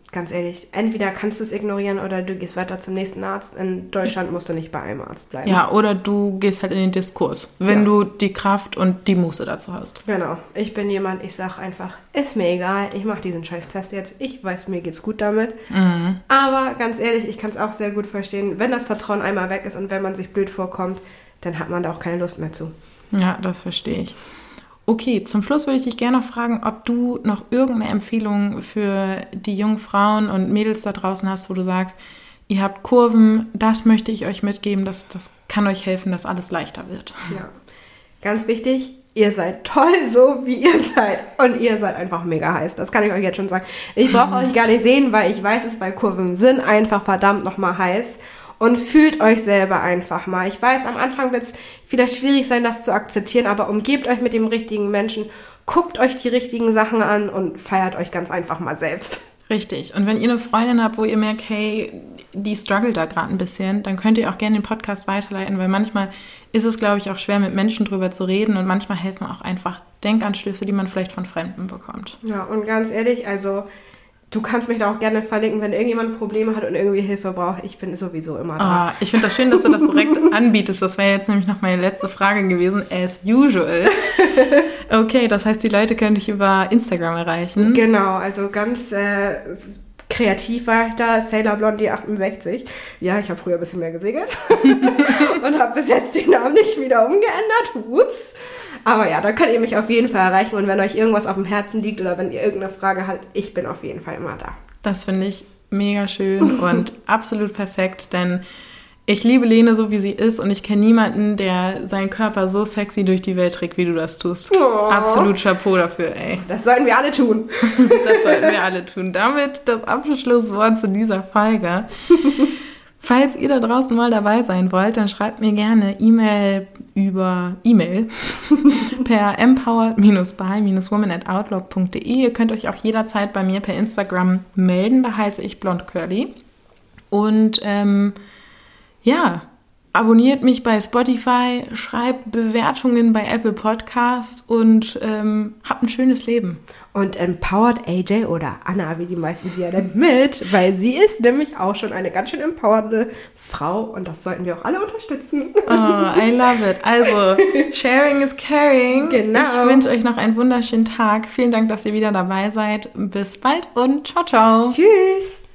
ganz ehrlich, entweder kannst du es ignorieren oder du gehst weiter zum nächsten Arzt. In Deutschland musst du nicht bei einem Arzt bleiben. Ja, oder du gehst halt in den Diskurs, wenn du die Kraft und die Muße dazu hast. Genau. Ich bin jemand, ich sag einfach, ist mir egal, ich mache diesen scheiß Test jetzt. Ich weiß, mir geht's gut damit. Mhm. Aber ganz ehrlich, ich kann es auch sehr gut verstehen, wenn das Vertrauen einmal weg ist und wenn man sich blöd vorkommt, dann hat man da auch keine Lust mehr zu. Ja, das verstehe ich. Okay, zum Schluss würde ich dich gerne noch fragen, ob du noch irgendeine Empfehlung für die jungen Frauen und Mädels da draußen hast, wo du sagst, ihr habt Kurven, das möchte ich euch mitgeben, das kann euch helfen, dass alles leichter wird. Ja, ganz wichtig, ihr seid toll, so wie ihr seid. Und ihr seid einfach mega heiß, das kann ich euch jetzt schon sagen. Ich brauche euch gar nicht sehen, weil ich weiß es, weil Kurven sind einfach verdammt nochmal heiß. Und fühlt euch selber einfach mal. Ich weiß, am Anfang wird es vielleicht schwierig sein, das zu akzeptieren, aber umgebt euch mit dem richtigen Menschen, guckt euch die richtigen Sachen an und feiert euch ganz einfach mal selbst. Richtig. Und wenn ihr eine Freundin habt, wo ihr merkt, hey, die struggelt da gerade ein bisschen, dann könnt ihr auch gerne den Podcast weiterleiten, weil manchmal ist es, glaube ich, auch schwer, mit Menschen drüber zu reden und manchmal helfen auch einfach Denkanstöße, die man vielleicht von Fremden bekommt. Ja, und ganz ehrlich, also du kannst mich da auch gerne verlinken, wenn irgendjemand Probleme hat und irgendwie Hilfe braucht. Ich bin sowieso immer da. Ich finde das schön, dass du das direkt anbietest. Das wäre jetzt nämlich noch meine letzte Frage gewesen. As usual. Okay, das heißt, die Leute können dich über Instagram erreichen. Genau, also ganz kreativ war ich da. Sailor Blondie 68. Ja, ich habe früher ein bisschen mehr gesegelt. Und habe bis jetzt den Namen nicht wieder umgeändert. Ups. Aber ja, da könnt ihr mich auf jeden Fall erreichen. Und wenn euch irgendwas auf dem Herzen liegt oder wenn ihr irgendeine Frage habt, ich bin auf jeden Fall immer da. Das finde ich mega schön und absolut perfekt, denn ich liebe Lene so, wie sie ist und ich kenne niemanden, der seinen Körper so sexy durch die Welt trägt, wie du das tust. Oh. Absolut Chapeau dafür, ey. Das sollten wir alle tun. Das sollten wir alle tun. Damit das Abschlusswort zu dieser Folge. Falls ihr da draußen mal dabei sein wollt, dann schreibt mir gerne E-Mail per empowered-by-woman@outlook.de. Ihr könnt euch auch jederzeit bei mir per Instagram melden, da heiße ich blondcurly. Und abonniert mich bei Spotify, schreibt Bewertungen bei Apple Podcasts und habt ein schönes Leben. Und empowert AJ oder Anna, wie die meisten sie ja nennt, mit, weil sie ist nämlich auch schon eine ganz schön empowernde Frau und das sollten wir auch alle unterstützen. Oh, I love it. Also, sharing is caring. Genau. Ich wünsche euch noch einen wunderschönen Tag. Vielen Dank, dass ihr wieder dabei seid. Bis bald und ciao, ciao. Tschüss.